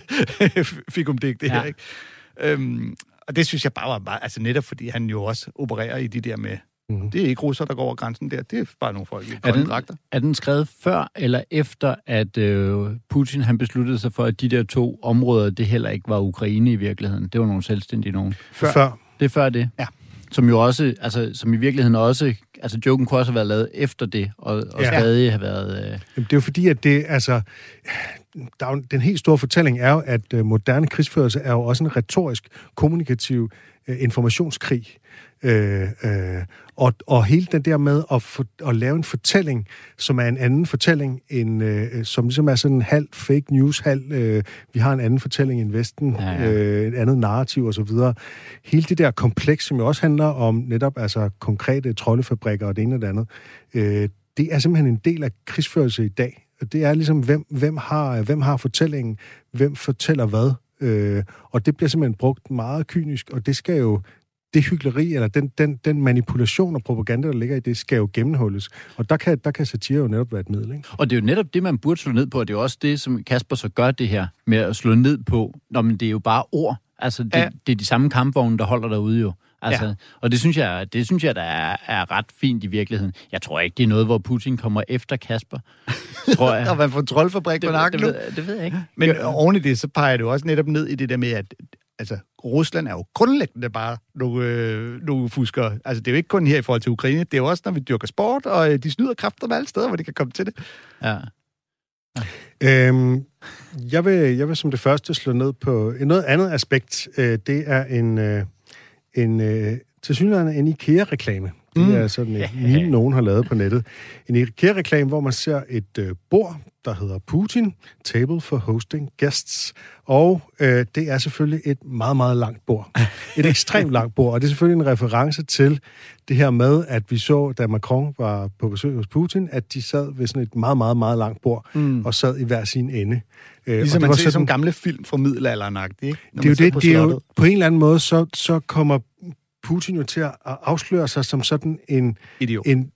ja. fikumdik, det ja. her, ikke? Øhm, og det synes jeg bare var bare, altså netop fordi han jo også opererer i de der med, mm-hmm. det er ikke russer, der går over grænsen der, det er bare nogle folk i grønne dragter. Er den skrevet før eller efter, at øh, Putin han besluttede sig for, at de der to områder, det heller ikke var Ukraine i virkeligheden? Det var nogle selvstændige nogen. Før. før. Det er før det? Ja. Som jo også, altså som i virkeligheden også, altså joken kunne også have været lavet efter det, og, og ja. stadig have været... Øh... Jamen, det er jo fordi, at det, altså, der er jo, den helt store fortælling er jo, at uh, moderne krigsførelse er jo også en retorisk, kommunikativ uh, informationskrig. Øh, øh, og, og hele den der med at, for, at lave en fortælling, som er en anden fortælling, end, øh, som ligesom er sådan en halv fake news, halv, øh, vi har en anden fortælling end Vesten, ja, ja. Øh, et andet narrativ og så videre. Hele det der kompleks, som jo også handler om netop altså konkrete troldefabrikker og det ene og det andet, øh, det er simpelthen en del af krigsførelse i dag. Det er ligesom, hvem, hvem, har, hvem har fortællingen, hvem fortæller hvad, øh, og det bliver simpelthen brugt meget kynisk, og det skal jo det hykleri, eller den, den, den manipulation og propaganda, der ligger i det, skal jo gennemhulles. Og der kan, der kan satire jo netop være et middel, ikke? Og det er jo netop det, man burde slå ned på, og det er jo også det, som Kasper så gør det her, med at slå ned på, når men det er jo bare ord. Altså, det, ja. det er de samme kampvogne, der holder derude jo. Altså, ja. Og det synes jeg, det synes jeg, der er, er ret fint i virkeligheden. Jeg tror ikke, det er noget, hvor Putin kommer efter Kasper. Tror jeg. Og man får en troldfabrik på nakken. Det, det, det ved jeg ikke. Men oven i det, så peger det jo også netop ned i det der med, at altså, Rusland er jo grundlæggende bare nogle, øh, nogle fuskere. Altså, det er jo ikke kun her i forhold til Ukraine. Det er jo også, når vi dyrker sport, og øh, de snyder kræfter med alle steder, hvor de kan komme til det. Ja. ja. Øhm, jeg, vil, jeg vil som det første slå ned på noget andet aspekt. Øh, det er en, øh, en øh, tilsyneladende en IKEA-reklame. Det mm. er sådan et meme, nogen har lavet på nettet. En IKEA-reklame, hvor man ser et øh, bord, der hedder Putin, Table for Hosting Guests. Og øh, det er selvfølgelig et meget, meget langt bord. Et ekstremt langt bord, og det er selvfølgelig en reference til det her med, at vi så, da Macron var på besøg hos Putin, at de sad ved sådan et meget, meget, meget langt bord, mm. og sad i hver sin ende. Øh, ligesom man ser sådan, som gamle film fra middelalderen-agtigt, ikke? Det er jo det, det er jo, på en eller anden måde, så, så kommer Putin jo til at afsløre sig som sådan en... Idiot. En,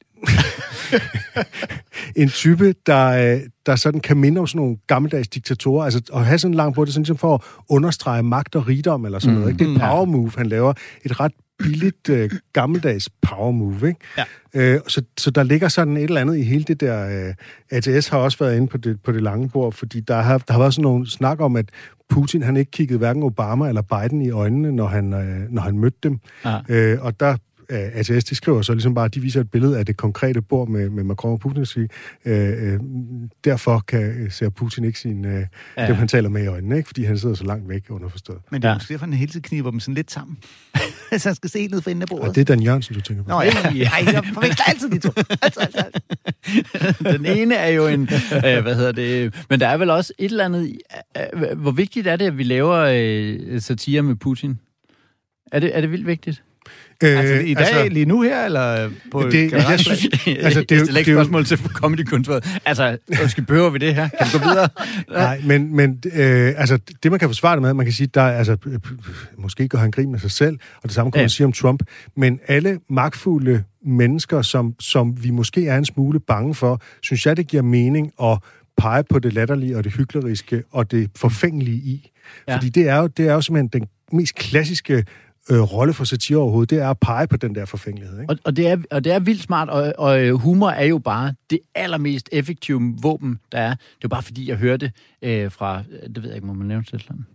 en type, der, der sådan kan minde om sådan nogle gammeldags diktatorer. Altså at have sådan langt bord, det er sådan ligesom for at understrege magt og rigdom eller sådan mm, noget. Ikke? Det er et power move, han laver. Et ret billigt, uh, gammeldags power move, ikke? Ja. Uh, så, så der ligger sådan et eller andet i hele det der... Uh, A T S har også været inde på det, på det lange bord, fordi der har, der har været sådan nogle snak om, at Putin, han ikke kiggede hverken Obama eller Biden i øjnene, når han, uh, når han mødte dem. Ja. Uh, og der A T S, de skriver så ligesom bare, at de viser et billede af det konkrete bord med, med Macron og Putin og siger, øh, øh, derfor kan, ser Putin ikke sin, øh, ja. dem, han taler med i øjnene, ikke? Fordi han sidder så langt væk underforstået. Men det er måske, ja. han hele tiden kniber dem sådan lidt sammen. Så han skal se ned for enden af bordet. Og det er Dan Jørgensen, du tænker på. Nå, ja. Ej, jeg forveksler altid de to. Altid, altid, altid. Den ene er jo en, øh, hvad hedder det, men der er vel også et eller andet, øh, hvor vigtigt er det, at vi laver øh, satire med Putin? Er det, er det vildt vigtigt? Altså i dag, altså, lige nu her, eller på... Det, jeg synes... Altså, det, det er ikke spørgsmål til Comedy-kunstfag. Altså, skal behøver vi det her? Kan du gå videre? Nej, men, men øh, altså, det man kan forsvare det med, man kan sige, der altså, øh, måske går han grin med sig selv, og det samme kan ja. man sige om Trump, men alle magtfulde mennesker, som, som vi måske er en smule bange for, synes jeg, det giver mening at pege på det latterlige og det hykleriske og det forfængelige i. Ja. Fordi det er, jo, det er jo simpelthen den mest klassiske Øh, rolle for satire overhovedet, det er at pege på den der forfængelighed. Ikke? Og, og, det er, og det er vildt smart, og, og humor er jo bare det allermest effektive våben, der er. Det er jo bare fordi, jeg hørte øh, fra, det ved jeg ikke, må man nævne til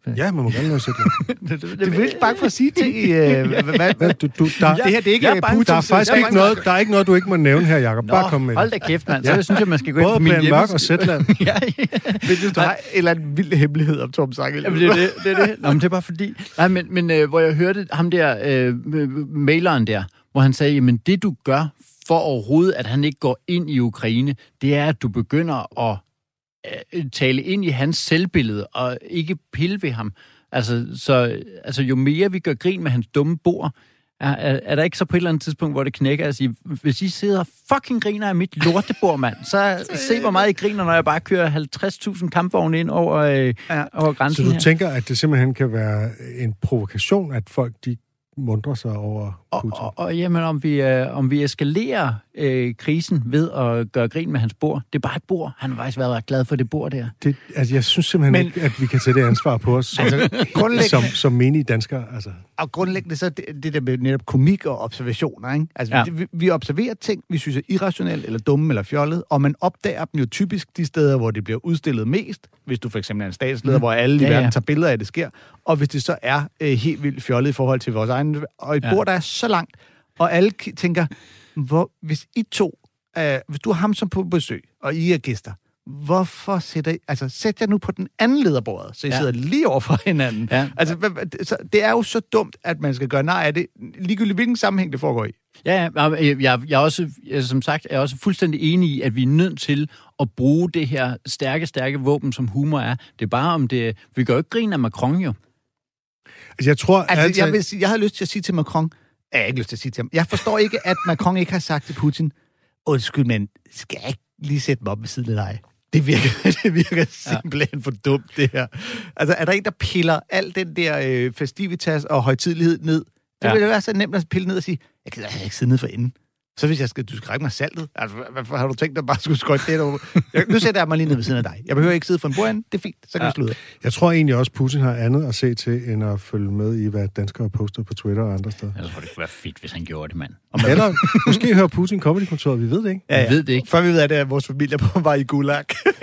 Ja, man må gerne lave Zetland. det, det, det, det er ikke bare for at sige ting i... Øh, hvad, hvad, Hvad, du, du, der, det her, det er ikke der, Putin. der er faktisk ikke noget, der er ikke noget, du ikke må nævne her, Jacob. Bare kom med hold det. da kæft, mand. Så ja. synes jeg, man skal gå ind Både på min Brian hjemmeside. Mørk og Zetland. ja, ja. Hvis du har en eller anden vild hemmelighed om Torben Sange. Jamen, det er det. det, er det. Nå, men det er bare fordi... Nej, men, men øh, hvor jeg hørte ham der, øh, maileren der, hvor han sagde, jamen det du gør for overhovedet, at han ikke går ind i Ukraine, det er, at du begynder at øh, tale ind i hans selvbillede, og ikke pille ved ham. Altså, så, altså jo mere vi gør grin med hans dumme bord, er, er, er der ikke så på et eller andet tidspunkt, hvor det knækker at sige, hvis I sidder og fucking griner af mit lortebord, mand, så se, hvor meget I griner, når jeg bare kører halvtreds tusind kampvogne ind over, øh, ja. over grænsen. Så du her. tænker, at det simpelthen kan være en provokation, at folk de mundrer sig over Putin? Og, og, og jamen, om vi, øh, om vi eskalerer øh, krisen ved at gøre grin med hans bord, det er bare et bord. Han har faktisk været glad for det bord der. Det, altså, jeg synes simpelthen Men, ikke, at vi kan tage det ansvar på os som, altså, som, som menige danskere. Altså. Og grundlæggende så det, det der med netop komik og observationer, ikke? Altså, Ja. vi, vi observerer ting, vi synes er irrationelt, eller dumme, eller fjollet, og man opdager dem jo typisk de steder, hvor det bliver udstillet mest, hvis du for eksempel er en statsleder, mm. hvor alle Ja, i verden ja. tager billeder af, at det sker, og hvis det så er øh, helt vildt fjollet i forhold til vores egen, og et Ja. bord, der er så langt, og alle k- tænker, hvor, hvis I to, øh, hvis du har ham som på besøg, og I er gæster, hvorfor sætter I, altså sæt jer nu på den anden lederbordet, så I Ja. ja. sidder lige over for hinanden. Ja. Altså, hvad- hvad- så det er jo så dumt, at man skal gøre nej af det, ligegyldigt hvilken sammenhæng det foregår i. Ja, ja, jeg, jeg, jeg er også, jeg, som sagt, er også fuldstændig enig i, at vi er nødt til at bruge det her stærke, stærke våben, som humor er. Det er bare om det... Vi gør jo ikke grin af Macron, jo. Altså, jeg tror... Altså, altså, jeg, vil sige, jeg havde lyst til at sige til Macron, jeg har ikke lyst til at sige til ham, jeg forstår ikke, at Macron ikke har sagt til Putin, undskyld, men skal jeg ikke lige sætte dem op ved siden af dig? Det virker, det virker simpelthen for dumt, det her. Altså, er der en, der piller al den der øh, festivitas og højtidelighed ned? Det Ja. ville være så nemt at pille ned og sige, jeg kan da ikke sidde nede for enden. Så hvis jeg skal, du skal række mig saltet. Altså, hvorfor har du tænkt dig bare skulle skøjte det over? Jeg, nu sætter jeg mig lige ned ved siden af dig. Jeg behøver ikke sidde for en bordende. Det er fint. Så kan ja. vi slutte. Jeg tror egentlig også, Putin har andet at se til, end at følge med i, hvad danskere poster på Twitter og andre steder. Jeg tror, det kunne være fedt, hvis han gjorde det, mand. Eller måske hører Putin Comedy-kontoret, vi ved det ikke. Ja, ja. Jeg ved det ikke. Før vi ved, at det er vores familie på vej i Gulag.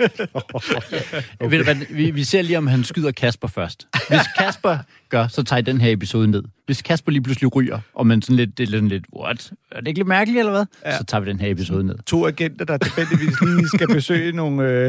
Okay. Ved du hvad, vi, vi ser lige, om han skyder Kasper først. Hvis Kasper gør, så tager I den her episode ned. Hvis Kasper lige pludselig ryger, og man sådan lidt, det er sådan lidt, what? Er det ikke lidt mærkeligt, eller hvad? Ja. Så tager vi den her episode ned. To agenter, der tilfældigvis lige skal besøge nogle, øh,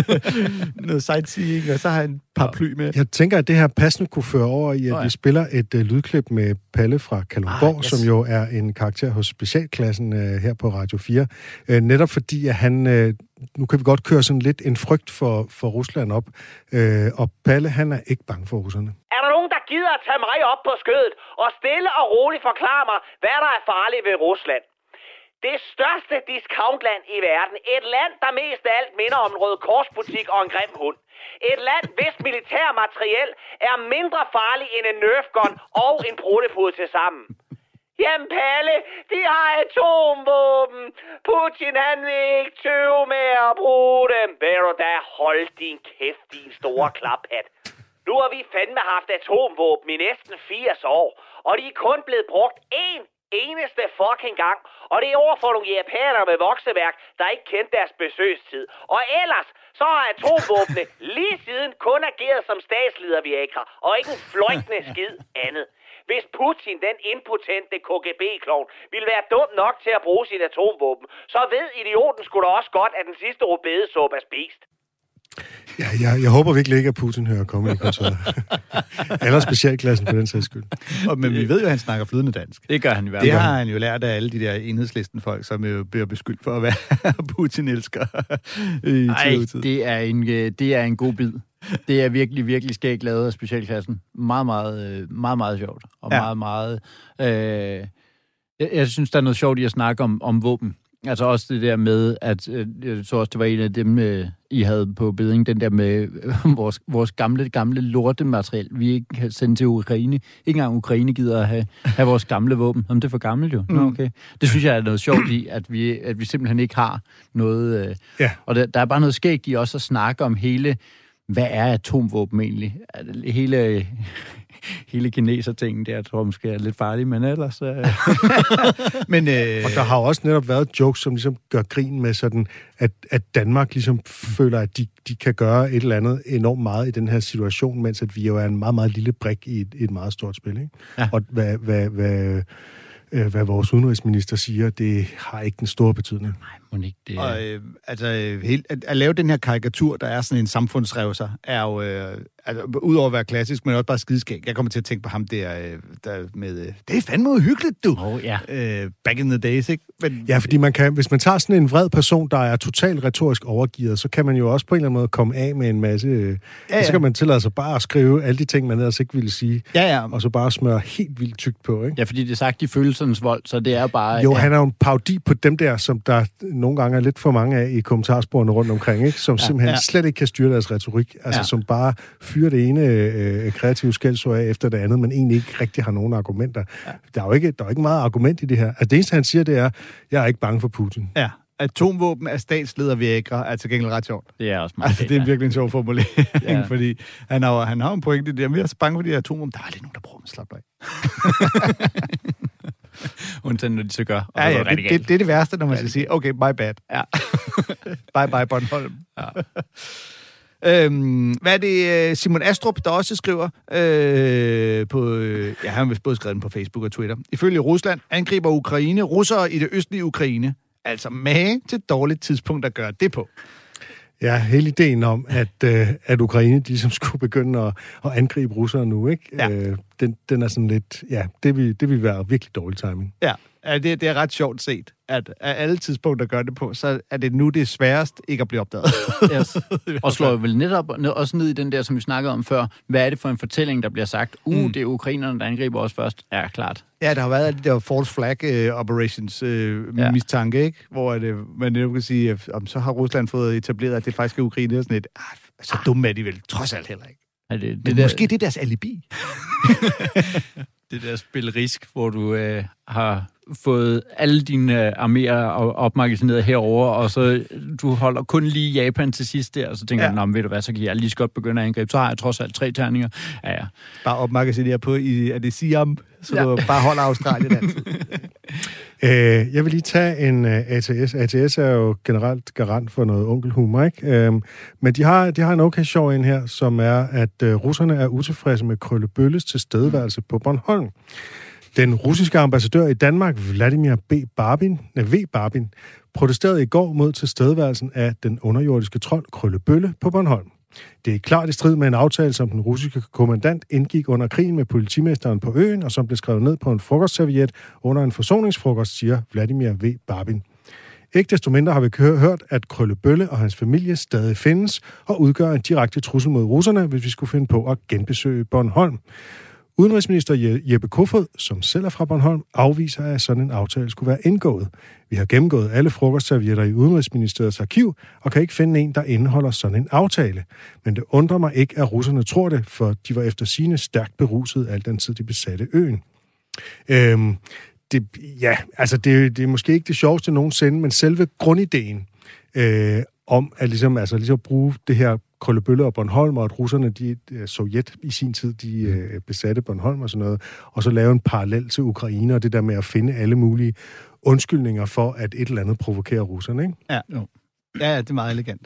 noget sightseeing, og så har han et par ply med. Jeg tænker, at det her passende kunne føre over i, at Oh, ja. vi spiller et uh, lydklip med Palle fra Kalundborg, Ah, yes. som jo er en karakter hos specialklassen uh, her på Radio fire. Uh, netop fordi, at han... Uh, nu kan vi godt køre sådan lidt en frygt for, for Rusland op. Uh, og Palle, han er ikke bange for russerne. Er der nogen, der gider at tage mig op på skødet og stille og roligt forklare mig, hvad der er farligt ved Rusland? Det største discountland i verden. Et land, der mest af alt minder om en Røde Kors-butik og en grim hund. Et land, hvis militærmateriel er mindre farlig end en Nerf gun og en brudepud til sammen. Jamen Palle, de har atomvåben. Putin, han vil ikke tøve med at bruge dem. Vil du da holde din kæft, din store klaphat. Nu har vi fandme haft atomvåben i næsten firs år, og de er kun blevet brugt én eneste fucking gang. Og det er over for nogle japanere med vokseværk, der ikke kendte deres besøgstid. Og ellers, så har atomvåbne lige siden kun ageret som statsleder Viagra, og ikke en fløjtende skid andet. Hvis Putin, den impotente K G B-klovn, ville være dum nok til at bruge sit atomvåben, så ved idioten sgu da også godt, at den sidste rødbedesuppe er spist. Ja, jeg, jeg håber virkelig ikke, at Putin hører Comedy-kontoret. Eller specialklassen på den sags skyld. Og, men vi ved jo, at han snakker flydende dansk. Det gør han i hvert Det fald. har han jo lært af alle de der enhedslisten-folk, som jo bliver beskyldt for at være Putin-elsker i Ej, tid. det er, en, øh, det er en god bid. Det er virkelig, virkelig skægt lavet af specialklassen. Meget, meget, øh, meget, meget sjovt. Og Ja. meget, meget... Øh, jeg, jeg synes, der er noget sjovt i at snakke om, om våben. Altså også det der med, at øh, jeg tror også, det var en af dem, øh, I havde på bedring, den der med øh, vores, vores gamle, gamle lortemateriel, vi ikke kan sende til Ukraine. Ikke engang Ukraine gider at have, have vores gamle våben. Jamen, det er for gammelt jo. Nå, okay. Det synes jeg er noget sjovt i, at vi, at vi simpelthen ikke har noget... Øh, Ja. Og der, der er bare noget skægt i også at snakke om hele... Hvad er atomvåben egentlig? Hele, hele kineser-tingen der, tror jeg måske er lidt farlig, men ellers... Øh... men, øh... Og der har også netop været jokes, som ligesom gør grin med sådan, at, at Danmark ligesom føler, at de, de kan gøre et eller andet enormt meget i den her situation, mens at vi jo er en meget, meget lille brik i et, et meget stort spil, ikke? Ja. Og hvad, hvad, hvad, hvad vores udenrigsminister siger, det har ikke den store betydning. Nej, må ikke det... Og, øh, altså, helt, at, at lave den her karikatur, der er sådan en samfundsrevser, er jo, øh, altså, udover at være klassisk, men også bare skideskæg. Jeg kommer til at tænke på ham der, øh, der med, øh, det er fandme uhyggeligt, du! Oh, ja. øh, back in the days, ikke? Men, ja, fordi man kan, hvis man tager sådan en vred person, der er totalt retorisk overgivet, så kan man jo også på en eller anden måde komme af med en masse... Øh, ja, ja. Så kan man tillade sig bare at skrive alle de ting, man ellers ikke ville sige, ja, ja. og så bare smøre helt vildt tykt på, ikke? Ja, fordi det er sagt i følelsernes vold, så det er bare... Jo, ja. han er jo en parodi på dem der, som der nogle gange er lidt for mange af i kommentarsporene rundt omkring, ikke? Som ja, simpelthen ja. slet ikke kan styre deres retorik. Altså, ja. som bare fyrer det ene øh, kreative skældsord af efter det andet, men egentlig ikke rigtig har nogen argumenter. Ja. Der er jo ikke, der er ikke meget argument i det her. Altså, det eneste, han siger, det er, jeg er ikke bange for Putin. Ja. Atomvåben er statsleder Viagra, er til gengæld ret sjovt. Det er også meget altså, fedt, det er ja. virkelig en sjov formulering, ja. fordi han har, han har en pointe i det. Jeg er så bange for de her atomvåben. Der er aldrig nogen, der bruger dem. Slap af. Undtagen, når de så gør. Ja, ja, det, det, det, det er det værste, når man skal sige, okay, my bad. Ja. bye bye, Bornholm. Ja. Øhm, hvad er det, Simon Astrup, der også skriver øh, på... Øh, ja, han har både skrevet den på Facebook og Twitter. Ifølge Rusland angriber Ukraine russere i det østlige Ukraine. Altså mage til et dårligt tidspunkt at gøre det på. Ja, hele ideen om, at, øh, at Ukraine, de som skulle begynde at, at angribe russere nu, ikke? Ja. Øh, den, den er sådan lidt... Ja, det vil, det vil være virkelig dårlig timing. Ja, det, det er ret sjovt set, at af alle tidspunkter, der gør det på, så er det nu det sværest ikke at blive opdaget. Yes. Og slår vel netop ned, også ned i den der, som vi snakkede om før. Hvad er det for en fortælling, der bliver sagt? Uh, mm. det er ukrainerne, der angriber os først. Ja, klart. Ja, der har været de der false flag uh, operations uh, ja. mistanke, ikke? Hvor det, man jo kan sige, at om så har Rusland fået etableret, at det faktisk er Ukraine og sådan et. Ah, så dumme er de vel trods alt heller ikke. Er det, det Men der... måske det er deres alibi. Det der spil Risk, hvor du øh, har fået alle dine øh, arméer opmagasineret herover, og så du holder kun lige Japan til sidst der, og så tænker ja. du, nå, ved du hvad, så kan jeg lige så godt begynde at angribe. Så har jeg trods alt tre terninger. Ja, ja. Bare opmagasineret på i, er det Siam, så ja. du bare holder Australien altid. øh, jeg vil lige tage en uh, A T S. A T S er jo generelt garant for noget onkelhumor, ikke? Øh, men de har, de har en okay sjov en her, som er, at uh, russerne er utilfredse med Krølle Bølles tilstedeværelse på Bornholm. Den russiske ambassadør i Danmark, Vladimir B. Barbin, nej, V. Barbin, protesterede i går mod tilstedeværelsen af den underjordiske trold Krølle Bølle på Bornholm. Det er klart i strid med en aftale, som den russiske kommandant indgik under krigen med politimesteren på øen, og som blev skrevet ned på en frokostserviet under en forsoningsfrokost, siger Vladimir V. Barbin. Ikke desto mindre har vi hørt, at Krølle Bølle og hans familie stadig findes og udgør en direkte trussel mod russerne, hvis vi skulle finde på at genbesøge Bornholm. Udenrigsminister Jeppe Kofod, som selv er fra Bornholm, afviser, at sådan en aftale skulle være indgået. Vi har gennemgået alle frokostservietter i Udenrigsministeriets arkiv, og kan ikke finde en, der indeholder sådan en aftale. Men det undrer mig ikke, at russerne tror det, for de var efter sigende stærkt beruset al den tid, de besatte øen. Øhm, det, ja, altså det, det er måske ikke det sjoveste nogensinde, men selve grundideen øh, om at ligesom, altså ligesom bruge det her Krølle Bølle og Bornholm, og at russerne, de, Sovjet i sin tid, de øh, besatte Bornholm og sådan noget, og så lave en parallel til Ukraine, og det der med at finde alle mulige undskyldninger for, at et eller andet provokerer russerne, ikke? Ja, jo. Ja, det er meget elegant.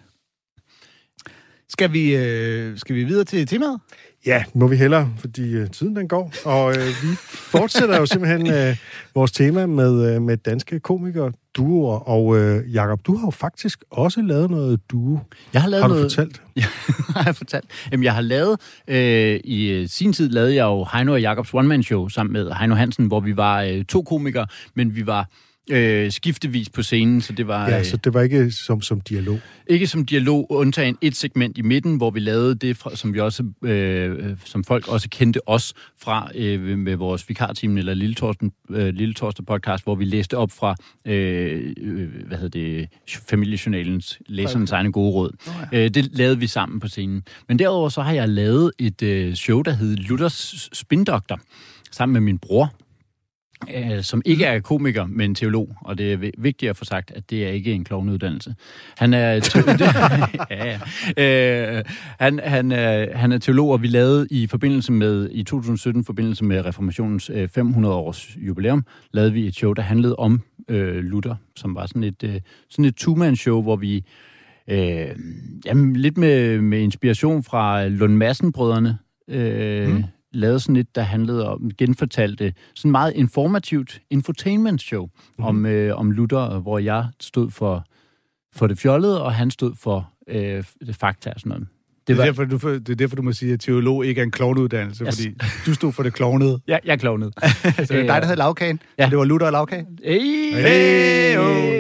Skal vi, øh, skal vi videre til temaet? Ja, må vi hellere, fordi øh, tiden den går. Og øh, vi fortsætter jo simpelthen øh, vores tema med, øh, med danske komikere, duoer. Og øh, Jakob, du har jo faktisk også lavet noget duo. Jeg har lavet har du noget... fortalt? Ja, har jeg fortalt. Jamen, jeg har lavet... Øh, I sin tid lavede jeg jo Heino og Jakobs one-man-show sammen med Heino Hansen, hvor vi var øh, to komikere, men vi var... Øh, skiftevis på scenen, så det var... Ja, så det var ikke som, som dialog? Ikke som dialog, undtagen et segment i midten, hvor vi lavede det, fra, som vi også, øh, som folk også kendte os fra øh, med vores vikarteam, eller Lille Torsten, øh, Lille Torsten podcast, hvor vi læste op fra, øh, øh, hvad hedder det, familiejournalens, læsernes egne gode råd. Oh, ja. øh, det lavede vi sammen på scenen. Men derudover så har jeg lavet et øh, show, der hed Luthers Spindoktor, sammen med min bror. øh, som ikke er komiker, men teolog, og det er vigtigt at få sagt, at det er ikke en klovneuddannelse. Han er teolog, ja, ja. Øh, han, han, er, han er teolog, og vi lavede i forbindelse med, i to tusind sytten, i forbindelse med Reformationens øh, fem hundrede års jubilæum, lavede vi et show, der handlede om øh, Luther, som var sådan et, øh, sådan et two-man-show, hvor vi øh, jamen, lidt med, med inspiration fra Lund Madsen-brødrene, øh, mm. lavede sådan et, der handlede om, genfortalte sådan meget informativt infotainment show mm. om, øh, om Luther, hvor jeg stod for, for det fjollede, og han stod for øh, det fakta og sådan noget. Det, det, er derfor, du, det er derfor, du må sige, at teolog ikke er en klovneuddannelse, yes. Fordi du stod for det klovnede. Ja, jeg er klovnet. Så det er dig, der havde lavkagen, ja. Det var Luther og lavkage. Hey, hey,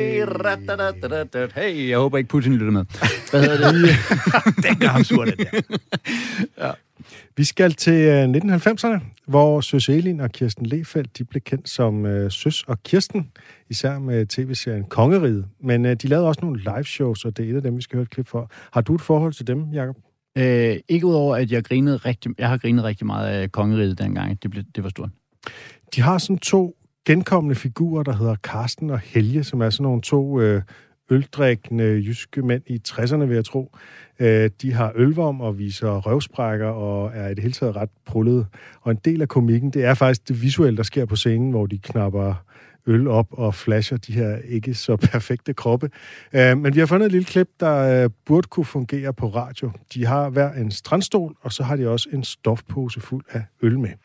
hey, hey, jeg håber ikke Putin lytter med. Hvad hedder det? Den gør ham sur, den der. Ja. Vi skal til nitten halvfemserne, hvor Søs Elin og Kirsten Lehfeldt, de blev kendt som uh, Søs og Kirsten, især med tv-serien Kongeriget. Men uh, de lavede også nogle live-shows, og det er et af dem, vi skal høre et klip for. Har du et forhold til dem, Jacob? Øh, ikke udover, at jeg grinede rigtig, jeg har grinet rigtig meget af Kongeriget dengang. Det, blev, det var stort. De har sådan to genkommende figurer, der hedder Karsten og Helge, som er sådan nogle to øh, øldrikkende jyske mænd i tresserne, vil jeg tro. Øh, de har ølvom og viser røvsprækker og er i det hele taget ret prullede. Og en del af komikken, det er faktisk det visuelle, der sker på scenen, hvor de knapper øl op og flasher de her ikke så perfekte kroppe. Øh, men vi har fundet et lille klip, der øh, burde kunne fungere på radio. De har hver en strandstol, og så har de også en stofpose fuld af øl med.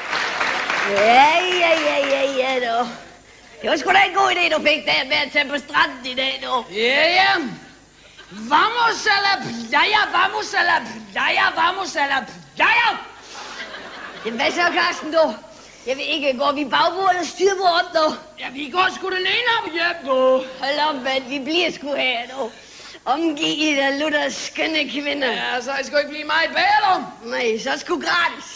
Ja, ja, ja, ja, ja, du. Det var sgu da en god idé, du fik der med at tage på stranden i dag, du. Ja, ja. Vamos a la playa, vamos a la playa, vamos a la playa. Jamen, hvad så, Karsten, du? Jeg ved ikke, går vi bagbord eller styrbord op, du? Ja, vi går sgu den ene op hjem, du. Hold op, mand, vi bliver sgu her, du. Omgivet af lutter skønne kvinder. Ja, så jeg skal ikke blive meget bedre, du. Nej, så er sgu gratis.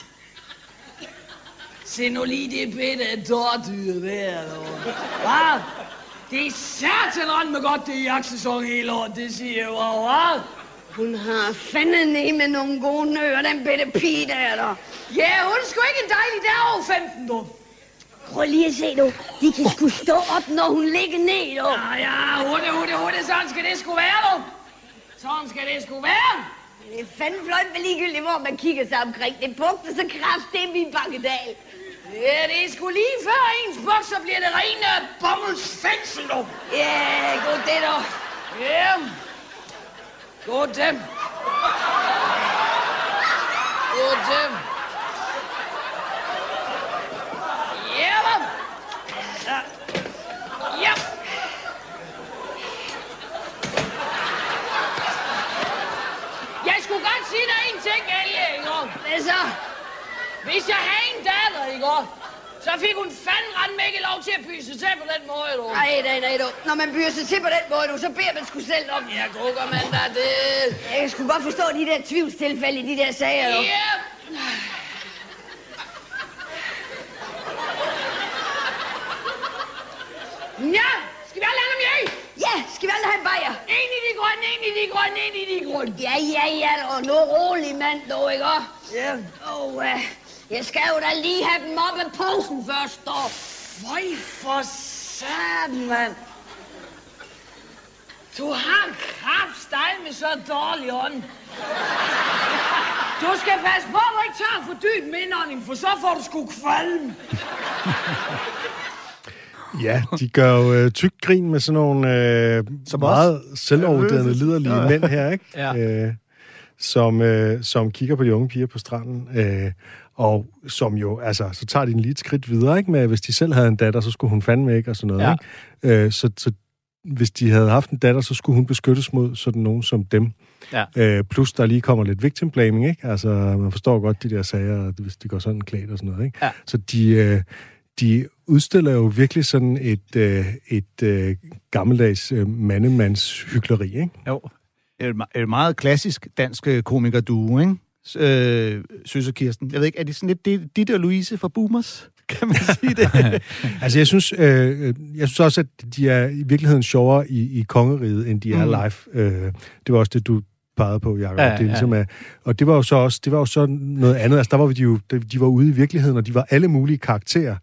Se nu lige det bitte dårdyr der, du. Hvad? Det er satan med godt, det er jagtsæson hele året, det siger jeg jo, hvad? Hun har fandme med nogle gode nører, den bitte pige der, der. Ja, hun er sgu ikke en dejlig der over femten, du. Prøv lige at se, du. De kan sgu stå op, når hun ligger ned, du. Ja, ja, hutte, hutte, hutte, sådan skal det sgu være, du. Sådan skal det sgu være. Det er fandme flot med ligegyldigt, hvor man kigger sig omkring. Det bugter så kraftedeme i Bakkedal. Ja, det er sgu lige før ens buks, så bliver det rene bommelsfængsel, du. Ja, god det, du. Ja, god dem. God dem. Ja, man. Ja. Ja. Jeg skulle godt sige dig en ting, Elge, ikke? Hvad så? Hvis jeg havde en datter, ikke? Så fik hun fandme ret ikke lov til at byde sig til på den måde, du. Nej, nej, nej, du. Når man byder sig til på den måde, du, så beder man sgu selv om. Ja, gukker man da det. Jeg kan sgu godt forstå de der tvivlstilfælde i de der sager, du. Ja. Ja, skal vi alle have en mjøg? Ja, skal vi alle have en bajer? En i de grønne, en i de grønne, en i de grønne. Ja, ja, ja, og nu rolig, mand, du, ikke? Ja. Og uh, jeg skal jo da lige have dem op af posen først, dog. Føj for satan, mand. Du har kraftstejl med så dårlig ånd. Du skal passe på, at du ikke tager for dyb indånding, for så får du sgu kvalm. Ja, de gør jo øh, tyk grin med sådan nogle øh, meget selvovervurderende, liderlige ja. mænd her, ikke? Ja. Øh, som, øh, som kigger på de unge piger på stranden, øh, og som jo, altså, så tager de en lige et skridt videre, ikke? Med, hvis de selv havde en datter, så skulle hun fandme ikke, og sådan noget, ja. ikke? Øh, så, så hvis de havde haft en datter, så skulle hun beskyttes mod sådan nogen som dem. Ja. Øh, plus der lige kommer lidt victim blaming, ikke? Altså, man forstår godt de der sager, hvis de går sådan klædt og sådan noget, ikke? Ja. Så de... Øh, De udstiller jo virkelig sådan et, øh, et øh, gammeldags øh, mandemands hykleri, ikke? Jo. Et, et meget klassisk dansk komikerduo, ikke? Øh, Søs og Kirsten. Jeg ved ikke, er det sådan lidt Ditte og Louise fra Boomers? Kan man sige det? Altså, jeg synes, øh, jeg synes også, at de er i virkeligheden sjovere i, i Kongeriget, end de er mm. live. Øh, det var også det, du pegede på, Jacob. Ja, det ligesom ja. er, og det var jo så også, det var jo så noget andet. Altså, der var de jo, de var ude i virkeligheden, og de var alle mulige karakterer.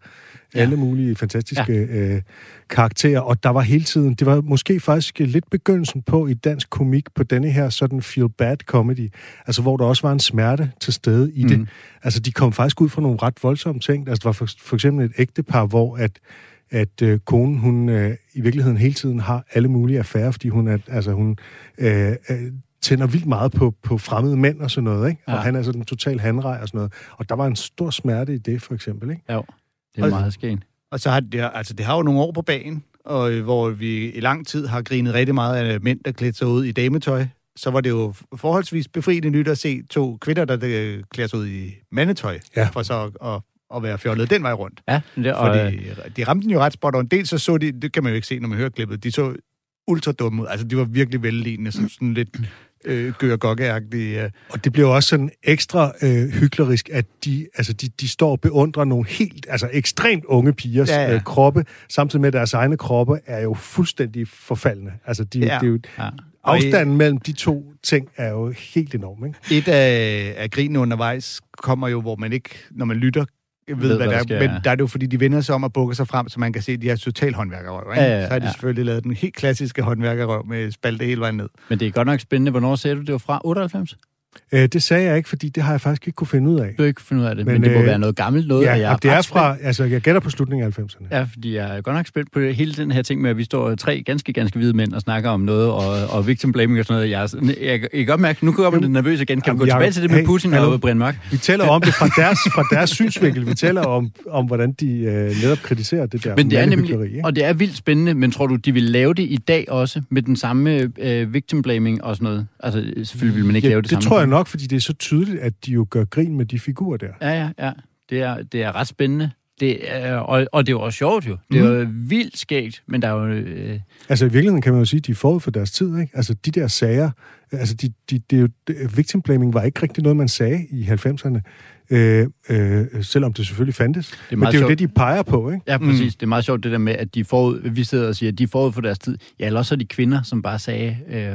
Ja. Alle mulige fantastiske ja. øh, karakterer, og der var hele tiden, det var måske faktisk lidt begyndelsen på i dansk komik på denne her sådan feel-bad comedy, altså hvor der også var en smerte til stede i mm. det. Altså de kom faktisk ud fra nogle ret voldsomme ting. Altså der var for, for eksempel et ægtepar, hvor at at øh, konen, hun øh, i virkeligheden hele tiden har alle mulige affærer, fordi hun er, altså hun øh, øh, tænder vildt meget på, på fremmede mænd og sådan noget, ikke? Ja. Og han er sådan total handrej og sådan noget. Og der var en stor smerte i det, for eksempel, ikke? Jo, det er og, meget skægt. Og så har det, altså det har jo nogle år på bagen, og øh, hvor vi i lang tid har grinet rigtig meget af mænd, der klædte sig ud i dametøj. Så var det jo forholdsvis befriende nyt at se to kvinder, der øh, klæder sig ud i mandetøj, ja. For så at at være fjollet den vej rundt. Ja, det, og, fordi de ramte den jo ret spot, og en del så så de, det kan man jo ikke se, når man hører klippet, de så ultra dumme ud. Altså, de var virkelig vellignende, sådan, sådan lidt øh, gør-gokke-agtige. Øh. Og det bliver også sådan ekstra øh, hyklerisk, at de, altså, de, de står og beundrer nogle helt, altså ekstremt unge pigers ja, ja. Øh, kroppe, samtidig med deres egne kroppe, er jo fuldstændig forfaldende. Altså, de, ja. det er jo, ja. Afstanden mellem de to ting er jo helt enorm, ikke? Et af, af grinene undervejs kommer jo, hvor man ikke, når man lytter, ved, ved hvad, hvad der, sker, men ja. Der er det jo, fordi de vender sig om og bukker sig frem, så man kan se, at de har total håndværkerrøv. Ikke? Ja, ja, ja. Så har de selvfølgelig lavet den helt klassiske håndværkerrøv med spalte hele vejen ned. Men det er godt nok spændende. Hvornår sagde du, det var fra otteoghalvfems? Øh, det sagde jeg ikke, fordi det har jeg faktisk ikke kunne finde ud af. Du har ikke finde ud af det, men, men det må øh, være noget gammelt noget. Ja, og jeg det er fra, altså jeg gætter på slutningen af halvfemserne. Ja, fordi jeg er godt nok spændt på hele den her ting med, at vi står tre ganske, ganske hvide mænd og snakker om noget, og, og victim blaming og sådan noget. Jeg, jeg, jeg, jeg kan godt mærke, nu kommer det nervøs igen. Kan Jamen, du gå jeg, tilbage til det med hey, Putin hallo, og Brian Mørk? Vi taler om det fra deres, fra deres synsvinkel. Vi taler om, om hvordan de øh, netop kritiserer det der. Men det er nemlig, og det er vildt spændende, men tror du, de vil lave det i dag også, med den samme øh, victim blaming og sådan noget? Altså, selvfølgelig vil man ikke ja, lave det, det samme. Det tror jeg nok, fordi det er så tydeligt, at de jo gør grin med de figurer der. Ja, ja, ja. Det er, det er ret spændende. Det er, og, og det er jo også sjovt jo. Det er jo mm. vildt skægt, men der er jo... Øh... Altså i virkeligheden kan man jo sige, at de er forud for deres tid, ikke? Altså de der sager, altså de, de, det er jo, det, victim blaming var ikke rigtig noget, man sagde i halvfemserne. Øh, øh, selvom det selvfølgelig fandtes. Det men det er jo sjovt. Det, de peger på, ikke? Ja, præcis. Mm. Det er meget sjovt det der med, at de forud, vi sidder og siger, at de er forud for deres tid. Ja, eller også er de kvinder, som bare sagde...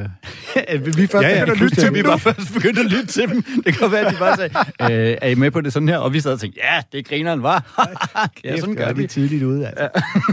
Øh... vi først ja, ja, begyndte at lytte til dem. Vi bare først begyndte at lytte til dem. Det kan være, at de bare sagde, øh, er I med på det sådan her? Og vi sad og tænkte, ja, det er grineren, var. Ja, sådan gør vi tidligt ude, altså.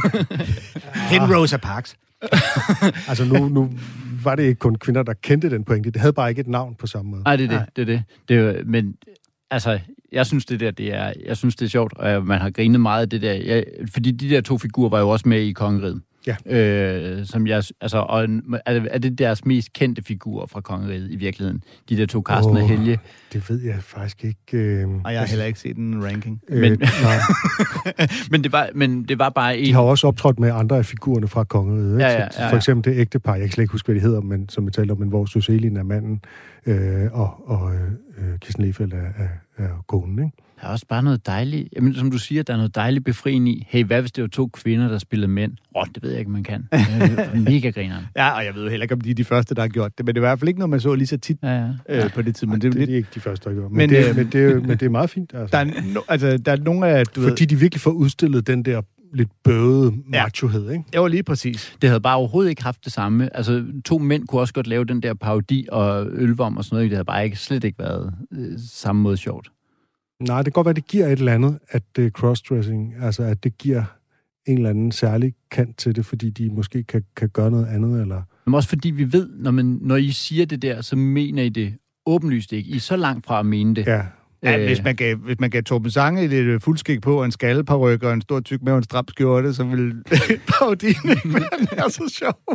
Hen Rosa Parks. Altså nu, nu var det ikke kun kvinder, der kendte den pointe. Det havde bare ikke et navn på samme måde. Nej, det er det. det, er det. det er jo, men altså, jeg synes det der, det er, jeg synes det er sjovt, og man har grinet meget af det der. Jeg, fordi de der to figurer var jo også med i Kongeriget. Ja. Øh, som jeg, altså, og er, er det deres mest kendte figurer fra Kongeriget i virkeligheden? De der to, Carsten oh, og Helge? Det ved jeg faktisk ikke. Øh, og jeg har heller ikke set en ranking. Øh, men, men, det var, men det var bare en... De har også optrådt med andre af figurerne fra Kongeriget. Ikke? Ja, ja, ja, ja. For eksempel det ægtepar, jeg kan slet ikke huske, hvad de hedder, men som vi talte om, men hvor Suselin er manden, øh, og, og øh, Kirsten Lehfeldt er, er, er konen, ikke? Der er også bare noget dejligt. Jamen, som du siger, der er noget dejligt befriende i. Hey, hvad hvis det var to kvinder, der spillede mænd? Åh, oh, det ved jeg ikke, man kan. Det er mega grineren. Ja, og jeg ved jo heller ikke, om de er de første, der har gjort det. Men det er i hvert fald ikke noget, man så lige så tit ja, ja. Øh, på det tid. Men Ej, det, er det, lidt... det er ikke de første, der har gjort. Men, men, det, øh, men, det, er, men det er meget fint. Altså. Der, er no, altså, der er nogle af... Du Fordi ved... de virkelig får udstillet den der lidt bøde machohed, ikke? Jo, lige præcis. Det havde bare overhovedet ikke haft det samme. Altså, to mænd kunne også godt lave den der parodi og ølvom og sådan noget. Det havde bare ikke, slet ikke været øh, samme måde sjovt. Nej, det kan godt være, det giver et eller andet, at det er crossdressing, altså at det giver en eller anden særlig kant til det, fordi de måske kan, kan gøre noget andet, eller... Men også fordi vi ved, når, man, når I siger det der, så mener I det åbenlyst ikke. I er så langt fra at mene det. Ja. Ja, øh... hvis man gav, hvis man gav Torben Sange lidt fuldskæg på, og en skaldeparyk og en stor tyk med en stram skjorte, så ville parodien ikke være så sjov.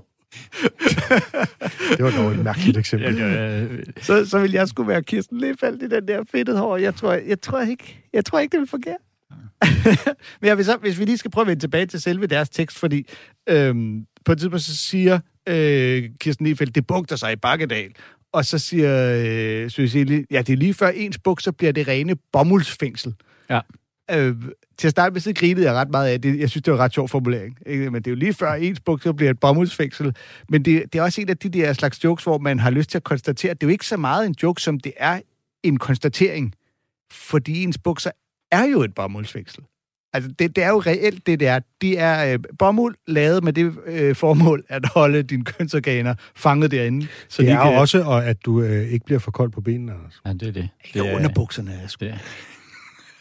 Det var dog et mærkeligt eksempel. så, så vil jeg skulle være Kirsten Lehfeldt i den der fedtede hår. Jeg tror, jeg tror ikke, jeg tror ikke, det vil fungere. Men jeg vil så, hvis vi lige skal prøve at vende tilbage til selve deres tekst, fordi øhm, på et tidspunkt så siger øh, Kirsten Lehfeldt, det bugter sig i Bakkedal. Og så siger øh, Susie, ja, det er lige før ens bukser bliver det rene bomuldsfængsel. Ja. Øh, til at starte med, så grinede jeg ret meget af det. Jeg synes, det var en ret sjov formulering. Ikke? Men det er jo lige før ens bukser bliver et bomuldsfængsel. Men det, det er også en af de der slags jokes, hvor man har lyst til at konstatere, at det er jo ikke så meget en joke, som det er en konstatering. Fordi ens bukser er jo et bomuldsfængsel. Altså, det, det er jo reelt det, det er. Det er øh, bomuld lavet med det øh, formål at holde dine kønsorganer fanget derinde. Så det de er kan... også, og at du øh, ikke bliver for kold på benene. Altså. Ja, det er det. Ikke det er... under bukserne, altså. Det er...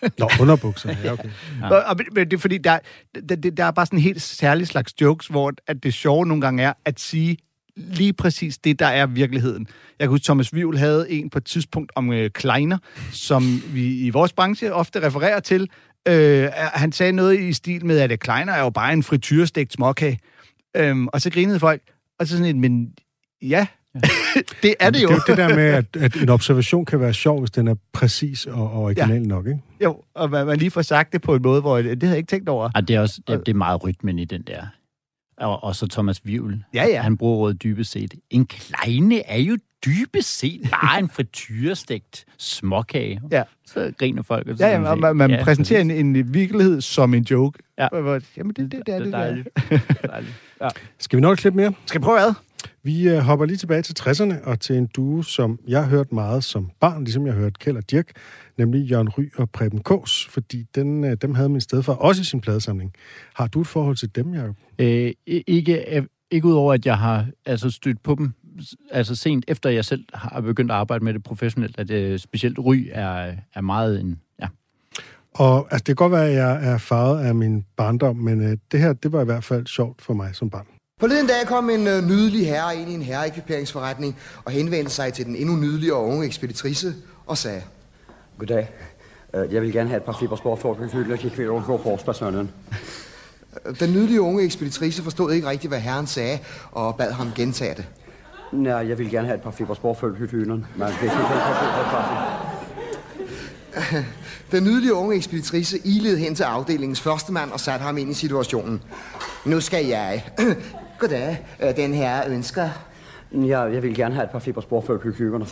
Nå, underbukser, ja, okay. Ja. Og, og, men det er fordi, der, der, der er bare sådan en helt særlig slags jokes, hvor at det sjove nogle gange er at sige lige præcis det, der er virkeligheden. Jeg kan huske, Thomas Wivel havde en på et tidspunkt om øh, kleiner, som vi i vores branche ofte refererer til. Øh, han sagde noget i stil med, at kleiner er jo bare en frityrestegt småkage. Øhm, og så grinede folk, og så sådan et, men ja, det er det jo. Det er jo det der med, at, at en observation kan være sjov, hvis den er præcis og, og original ja. nok, ikke? Jo, og man, man lige får sagt det på en måde, hvor det, det havde jeg ikke tænkt over. Ja, det er også det, det er meget rytmen i den der. Og, og så Thomas Wivel. Ja, ja. Han bruger ordet dybest set. En kleine er jo dybest set bare en frityrestegt småkage. Ja. Så griner folk. Og ja, ja, og man, man ja, præsenterer en, en virkelighed som en joke. Ja. Jamen, det, det, det, det er det, det er dejligt. dejligt. Ja. Skal vi nå et klip mere? Skal vi prøve hvad? Vi uh, hopper lige tilbage til tresserne og til en duo, som jeg har hørt meget som barn, ligesom jeg har hørt Kjeld og Dirch, nemlig Jørgen Ryg og Preben Kaas, fordi den, uh, dem havde min stedfar også i sin pladesamling. Har du et forhold til dem, Jacob? Øh, ikke, ikke udover, at jeg har altså, stødt på dem altså sent, efter jeg selv har begyndt at arbejde med det professionelt, at uh, specielt Ryg er, er meget en... Ja. Og altså, det kan godt være, at jeg er farvet af min barndom, men uh, det her, det var i hvert fald sjovt for mig som barn. Forleden dag kom en øh, nydelig herre ind i en herreekviperingsforretning og henvendte sig til den endnu nydeligere unge ekspeditrice og sagde: Goddag. Jeg vil gerne have et par fiberspor for at fylde, og de kvæler på korspersonen. Den nydelige unge ekspeditrice forstod ikke rigtigt, hvad herren sagde, og bad ham gentage det. Nej, jeg vil gerne have et par fiberspor for at fylde. Man kan ikke Den nydelige unge ekspeditrice ilede hen til afdelingens første mand og satte ham ind i situationen. Nu skal jeg... Goddag, den her ønsker... Ja, jeg vil gerne have et par fiberspor for at fylde.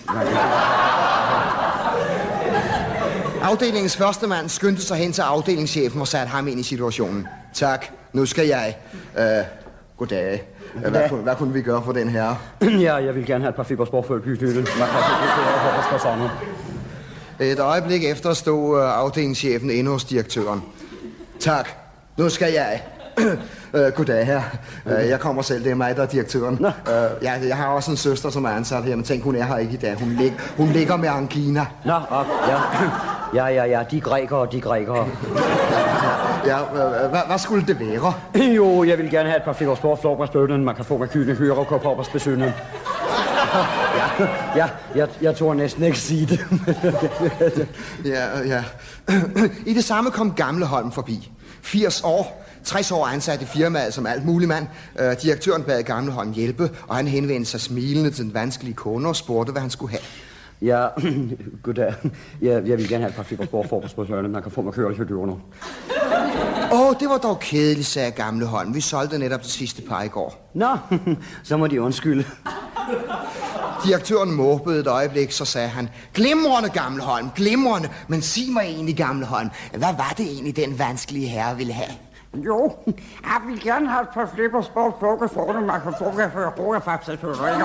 Afdelingens første mand skyndte sig hen til afdelingschefen og satte ham ind i situationen. Tak, nu skal jeg... Uh, goddag. Hvad, kunne, hvad kunne vi gøre for den her? Ja, jeg vil gerne have et par fiberspor for at fylde. Et øjeblik efter stod afdelingschefen inde hos direktøren. Tak, nu skal jeg... Uh, goddag her. Uh, jeg kommer selv, det er mig, der er direktøren. Uh, jeg, jeg har også en søster, som er ansat her, men tænk, hun er her ikke i dag. Hun, lig, hun ligger med angina. Nå, op, ja. Ja, ja, ja, de grækere, de grækere. Ja, uh, hvad, hvad skulle det være? Jo, jeg vil gerne have et par fiber sport flår på spønnen. Man kan få med kyne hyre og kop op og spesønnen. Ja, ja, jeg, jeg tror næsten ikke sige det. Ja, ja. I det samme kom Gamle Holm forbi. firs år. tres år ansat i firmaet som alt mulig mand. Uh, direktøren bad Gamle Holm hjælpe, og han henvendte sig smilende til den vanskelige kunde og spurgte, hvad han skulle have. Ja, goddag. Jeg, jeg vil gerne have et par fiberspor for på spørgsmålet. Man kan få mig køre til dyrene. Åh, oh, det var dog kedeligt, sagde Gamle Holm. Vi solgte netop det sidste par i går. Nå, så må de undskylde. Direktøren måbede et øjeblik, så sagde han: Glimrende, Gamle Holm, glimrende. Men sig mig egentlig, Gamle Holm, hvad var det egentlig, den vanskelige herre ville have? Jo, jeg vil gerne have et par flippersport for at få det, man kan få det, for jeg bruger faktisk på det.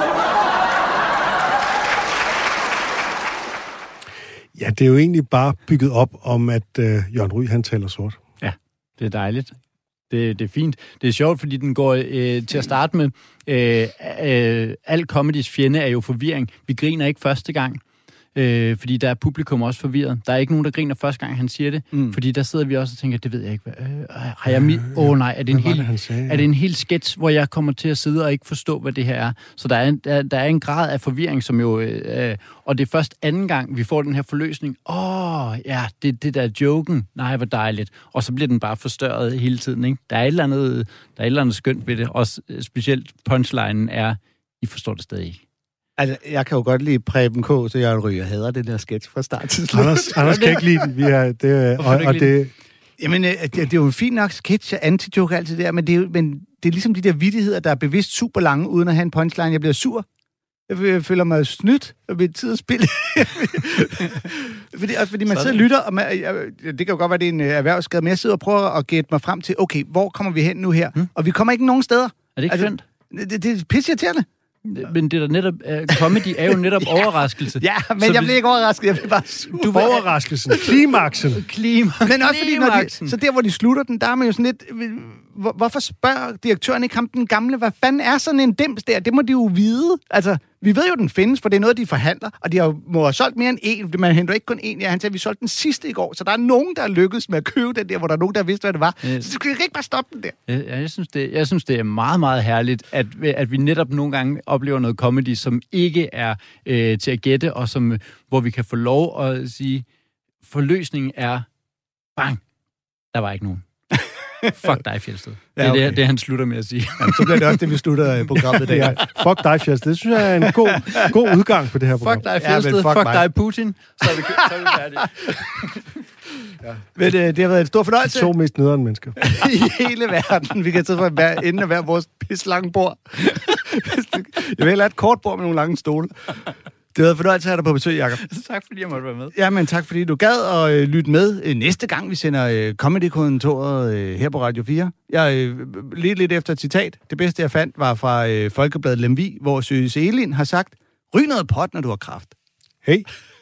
Ja, det er jo egentlig bare bygget op om, at øh, Jørgen Ryg, han taler sort. Ja, det er dejligt. Det, det er fint. Det er sjovt, fordi den går øh, til at starte med. Øh, øh, al comedys fjende er jo forvirring. Vi griner ikke første gang, øh, fordi der er publikum også forvirret. Der er ikke nogen, der griner første gang, han siger det. Mm. Fordi der sidder vi også og tænker, det ved jeg ikke. Øh, har jeg mi- Åh oh, nej, er det en hel, er det en hel sketch, hvor jeg kommer til at sidde og ikke forstå, hvad det her er? Så der er en, der, der er en grad af forvirring, som jo... Øh, og det er først anden gang, vi får den her forløsning. Åh, oh, ja, det, det der er joken. Nej, hvor dejligt. Og så bliver den bare forstørret hele tiden, ikke? Der er et eller andet, der er et eller andet skønt ved det. Og specielt punchlinen er, I forstår det stadig ikke. Altså, jeg kan jo godt lide Preben Kaas, så jeg ryger hader den der sketch fra start til slut. Anders, Anders kan ikke lide den. Vi er, det, og, og det... Jamen, det, det er jo en fin nok sketch, anti-joke og alt det der, men det, er jo, men det er ligesom de der vittigheder, der er bevidst super lange, uden at have en punchline. Jeg bliver sur. Jeg føler mig snydt og bliver tid at spille. fordi, også fordi man sidder og lytter, og man, det kan jo godt være, det er en erhvervsskade, men jeg sidder og prøver at gætte mig frem til, okay, hvor kommer vi hen nu her? Hmm? Og vi kommer ikke nogen steder. Er det ikke altså, skønt? Det, det er pisseirriterende. Men det der netop, uh, comedy er jo netop ja. overraskelse. Ja, men så jeg hvis... bliver ikke overrasket, jeg bliver bare sur. Du var overraskelsen. Klimaksen. Klima. Men også fordi, når de, så der, hvor de slutter den, der er man jo sådan lidt... hvor, hvorfor spørger direktøren ikke ham den gamle? Hvad fanden er sådan en dims der? Det må de jo vide. Altså, vi ved jo, den findes, for det er noget, de forhandler. Og de har jo, må have solgt mere end én. Man henter ikke kun én. Ja, han sagde, vi solgte den sidste i går. Så der er nogen, der er lykkedes med at købe den der, hvor der er nogen, der vidste, hvad det var. Ja. Så du kan ikke bare stoppe den der. Ja, jeg synes, det, jeg synes, det er meget, meget herligt, at, at vi netop nogle gange oplever noget comedy, som ikke er øh, til at gætte, og som, hvor vi kan få lov at sige, forløsningen er, bang, der var ikke nogen. Fuck dig, Fjeldsted. Det er ja, okay. det, det, han slutter med at sige. Jamen, så bliver det også det, vi slutter programmet i dag. Ja, fuck dig, Fjeldsted. Det synes jeg er en god, god udgang på det her program. Fuck dig, Fjeldsted. Ja, fuck, fuck dig, Putin. Så er vi, så er vi færdige. Ja. Men det, det har været en stor fornøjelse. De to mest nederen mennesker. I hele verden. Vi kan sidde for hver ende af hver vores pislange bord. Jeg vil hellere have et kort bord med nogle lange stole. Det har været fornøjelse at have dig på besøg, Jacob. Tak fordi jeg måtte være med. Ja, men tak fordi du gad at øh, lytte med øh, næste gang, vi sender øh, Comedy-kontoret øh, her på Radio fire. Jeg øh, lidt lidt efter et citat. Det bedste, jeg fandt, var fra øh, Folkebladet Lemvig, hvor Søs Elin har sagt, ryg noget pot, når du har kræft. Hey.